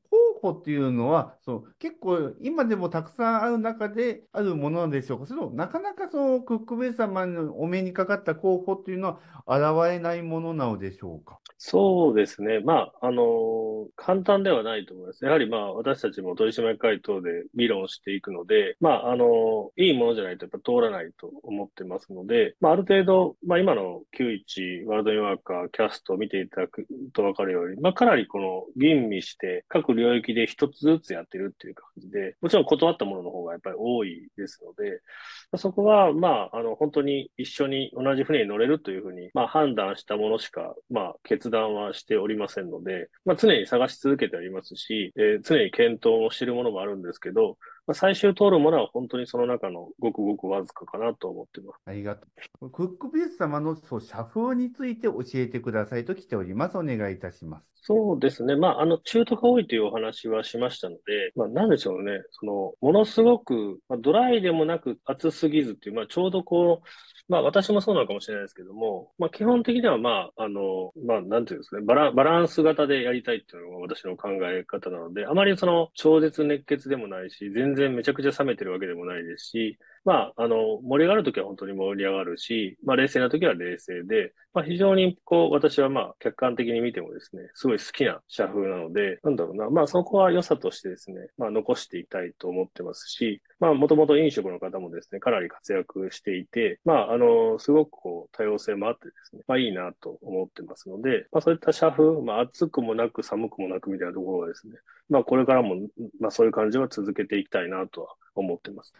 保っていうのは、結構今でもたくさんある中であるものなんでしょうか。それともなかなかクックベイス様のお目にかかった候補っていうのは現れないものなのでしょうか。 そうですね。簡単ではないと思います。やはり私たちも取締役会等で議論していくので、いいものじゃないとやっぱ通らないと思ってますので、ある程度、今の91ワールドインワーカーキャストを見ていただくとわかるように、かなりこの吟味して各領域で一つずつやってるっていう感じで、もちろん断ったものの方がやっぱり多いですので、そこは、本当に一緒に同じ船に乗れるというふうに、判断したものしか、決断はしておりませんので、常に探し続けておりますし、常に検討をしているものもあるんですけど、最終通るものは本当にその中のごくごくわずかかなと思っています。 ありがとう。クックベース様の社風について教えてくださいと来ております。お願いいたします。 そうですね。中途が多いというお話はしましたので、なんでしょうね。ものすごく、ドライでもなく熱すぎずっていう、ちょうど私もそうなのかもしれないですけども、基本的には、なんていうんですかね、バランス型でやりたいっていうのが私の考え方なので、あまり超絶熱血でもないし、全然めちゃくちゃ冷めてるわけでもないですし、盛り上がるときは本当に盛り上がるし、冷静なときは冷静で、非常に私は客観的に見てもですね、すごい好きな社風なので、なんだろうな、そこは良さとしてですね、残していきたいと思ってますし、もともと飲食の方もですね、かなり活躍していて、すごく多様性もあってですね、いいなと思ってますので、そういった社風、暑くもなく寒くもなくみたいなところはですね、これからも、そういう感じは続けていきたいなとは思ってます。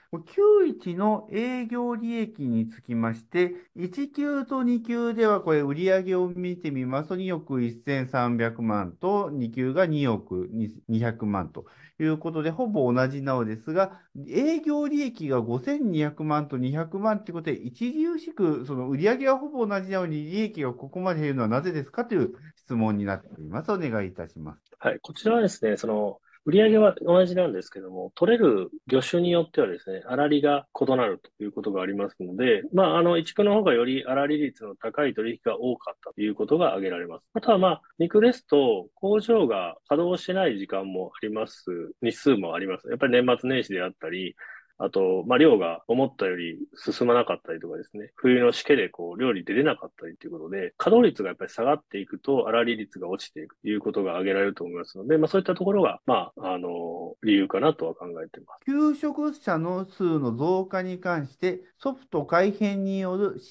91の営業利益につきまして、1級と2級ではこれ売上を見てみますと2億1300万と2級が2億200万ということで、ほぼ同じなのですが、営業利益が5200万と200万ということで、著しくその売上はほぼ同じなのに利益がここまで減るのはなぜですかという質問になっています。お願いいたします。 はい。こちらはですね、売上は同じなんですけども、取れる魚種によってはですね、粗利が異なるということがありますので、一区の方がより粗利率の高い取引が多かったということが挙げられます。あとは二区ですと、工場が稼働してない時間もあります、日数もあります。やっぱり年末年始であったり、あと、量が思ったより進まなかったりとかですね、冬のしけで料理出れなかったりということで、稼働率がやっぱり下がっていくと、粗利率が落ちていくということが挙げられると思いますので、そういったところが、理由かなとは考えています。 求職者の数の増加に関して、ソフト改変による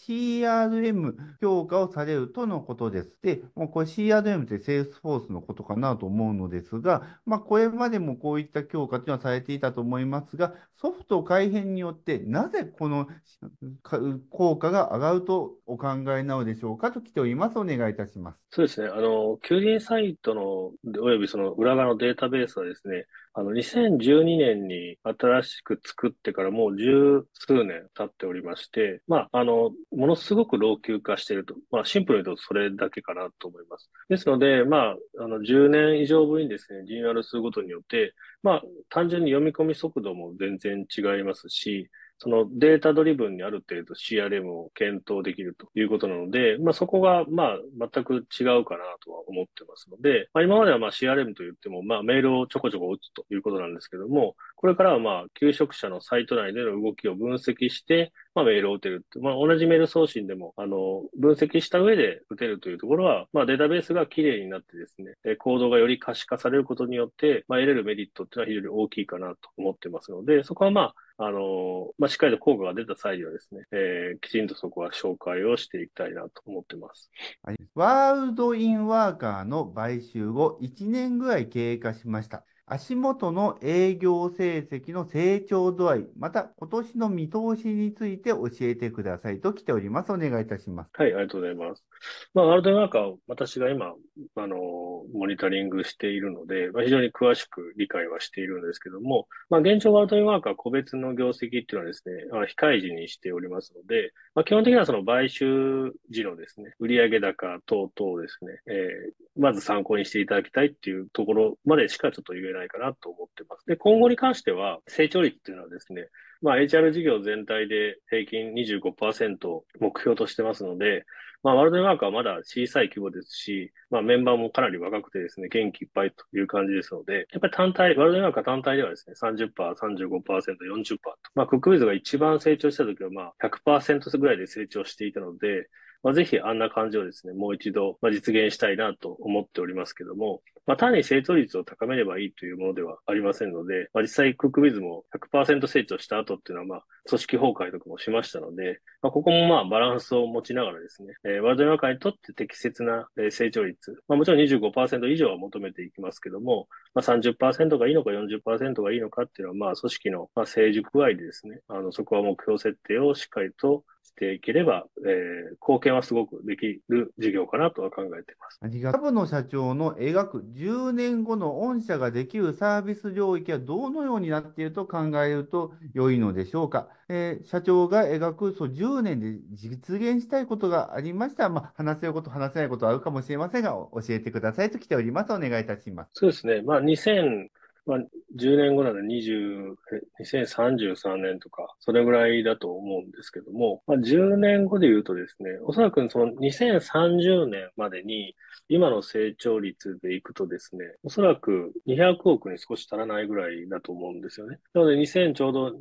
CRM 強化をされるとのことです。で、もうこれ CRM ってセールスフォースのことかなと思うのですが、これまでもこういった強化というのはされていたと思いますが、ソフト改変によって、なぜこの効果が上がるとお考えなのでしょうかと来ております。お願いいたします。 そうですね。求人サイトの、およびその裏側のデータベースはですね、2012年に新しく作ってからもう十数年経っておりまして、ものすごく老朽化していると。シンプルに言うとそれだけかなと思います。ですので、10年以上ぶりにですね、リニューアルすることによって、単純に読み込み速度も全然違いますし、そのデータドリブンにある程度 CRM を検討できるということなので、そこが全く違うかなとは思ってますので、今まではCRM と言ってもメールをちょこちょこ打つということなんですけども、これからは求職者のサイト内での動きを分析して、メールを打てるって、同じメール送信でも、分析した上で打てるというところは、データベースが綺麗になってですね、コードがより可視化されることによって、得れるメリットっていうのは非常に大きいかなと思ってますので、そこはしっかりと効果が出た際にはですね、きちんとそこは紹介をしていきたいなと思ってます。 はい、ワールドインワーカーの買収後1年ぐらい経過しました。足元の営業成績の成長度合い、また今年の見通しについて教えてくださいと来ております。お願いいたします。 はい、ありがとうございます。ワールドワーカーを私が今、モニタリングしているので、非常に詳しく理解はしているんですけども、現状ワールドワーカー個別の業績っていうのはですね、非開示にしておりますので、基本的にはその買収時のですね、売上高等々ですね、まず参考にしていただきたいっていうところまでしかちょっと言えないかなと思ってます。で、今後に関しては、成長率っていうのはですね、HR 事業全体で平均25%を目標としてますので、 ワールドマークはまだ小さい規模ですし、メンバーもかなり若くてですね、元気いっぱいという感じですので、やっぱり単体、ワールドマークは単体ではですね、30%、35%、40%と、クックビズが一番成長した時は100%ぐらいで成長していたので、ぜひあんな感じをですね、もう一度、実現したいなと思っておりますけども、単に成長率を高めればいいというものではありませんので、実際クックビズも100%成長した後っていうのは、組織崩壊とかもしましたので、ここもバランスを持ちながらですね、ワールドの中にとって適切な成長率、もちろん25%以上は求めていきますけども、30%がいいのか40%がいいのかっていうのは、組織の成熟具合でですね、そこは目標設定をしっかりとしていければ、貢献はすごくできる事業かなとは考えています。 株の社長の描く10年後の御社ができるサービス領域はどのようになっていると考えると良いのでしょうか。社長が描く10年で実現したいことがありましたら、話せること、話せないことはあるかもしれませんが、教えてくださいと来ております。お願いいたします。 そうですね。10年後なので2033年とか、それぐらいだと思うんですけども、10年後で言うとですね、おそらくその2030年までに、今の成長率でいくとですね、おそらく200億に少し足らないぐらいだと思うんですよね。なので2000ちょうど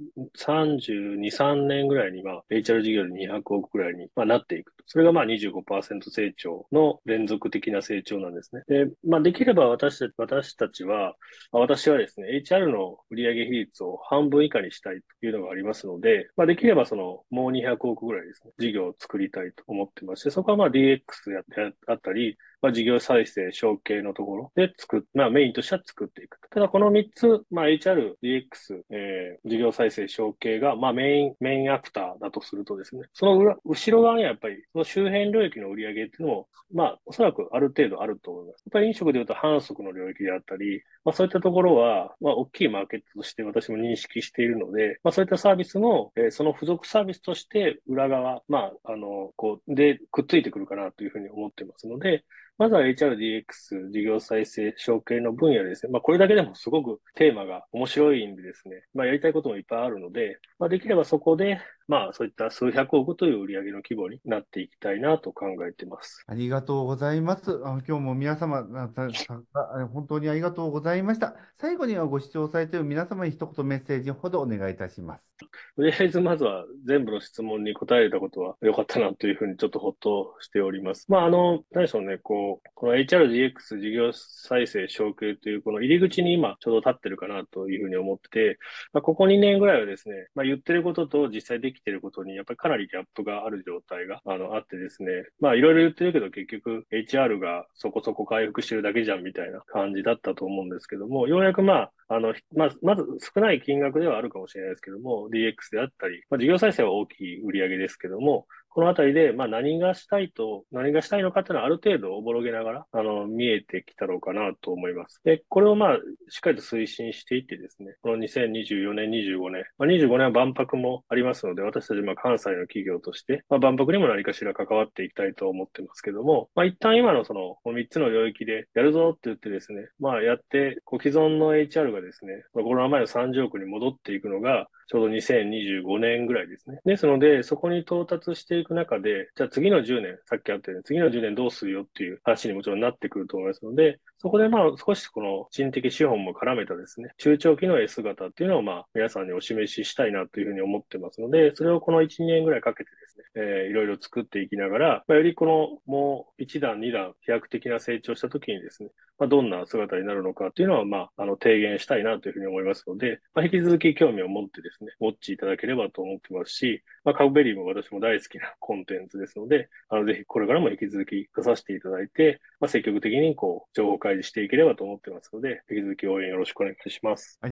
32、3年ぐらいにHR 事業で200億ぐらいになっていくと。それが25%成長の連続的な成長なんですね。で、できれば私たちは、私はですね、HR の売上比率を半分以下にしたいというのがありますので、できればもう200億ぐらいですね、事業を作りたいと思ってまして、そこはDX やってあったり、事業再生、承継のところでメインとしては作っていく。ただこの3つ、HR、DX、事業再生、承継が、メインアクターだとするとですね、その後ろ側にはやっぱり、その周辺領域の売り上げっていうのも、おそらくある程度あると思います。やっぱり飲食で言うと販促の領域であったり、そういったところは、大きいマーケットとして私も認識しているので、そういったサービスも、その付属サービスとして裏側、でくっついてくるかなというふうに思ってますので、まずは HRDX 事業再生承継の分野でですね、これだけでもすごくテーマが面白いんでですね、やりたいこともいっぱいあるので、できればそこで、そういった数百億という売上の規模になっていきたいなと考えています。 ありがとうございます。今日も皆様、本当にありがとうございました。最後にはご視聴されている皆様に一言メッセージほどお願いいたします。 とりあえずまずは全部の質問に答えれたことは良かったなというふうにちょっとほっとしております。何でしょうね、この HRDX 事業再生承継というこの入り口に今ちょうど立ってるかなというふうに思ってて、ここ2年ぐらいはですね、言ってることと実際できてることにやっぱりかなりギャップがある状態があってですね、いろいろ言ってるけど結局 HR がそこそこ回復してるだけじゃんみたいな感じだったと思うんですけども、ようやくまず少ない金額ではあるかもしれないですけども、DX であったり、事業再生は大きい売上ですけども、このあたりで、何がしたいのかっていうのはある程度おぼろげながら、見えてきたろうかなと思います。で、これをしっかりと推進していってですね、この2024年、25年、25年は万博もありますので、私たち関西の企業として、万博にも何かしら関わっていきたいと思ってますけども、一旦今の3つの領域でやるぞって言ってですね、やって、既存の HR がですね、コロナ前の30億に戻っていくのが、ちょうど2025年ぐらいですね。ですので、そこに到達していく中で、じゃあ次の10年、さっきあったように、次の10年どうするよっていう話にもちろんなってくると思いますので、そこで少しこの人的資本も絡めたですね、中長期の S 型っていうのを皆さんにお示ししたいなというふうに思ってますので、それをこの1、2年ぐらいかけてですね、いろいろ作っていきながら、よりこのもう1段、2段飛躍的な成長した時にですね、どんな姿になるのかっていうのは、提言したいなというふうに思いますので、引き続き興味を持ってですね、ウォッチいただければと思ってますし、カブベリーも私も大好きなコンテンツですので、ぜひこれからも引き続き出させていただいて、積極的に情報開示していければと思ってますので、引き続き応援よろしくお願いします。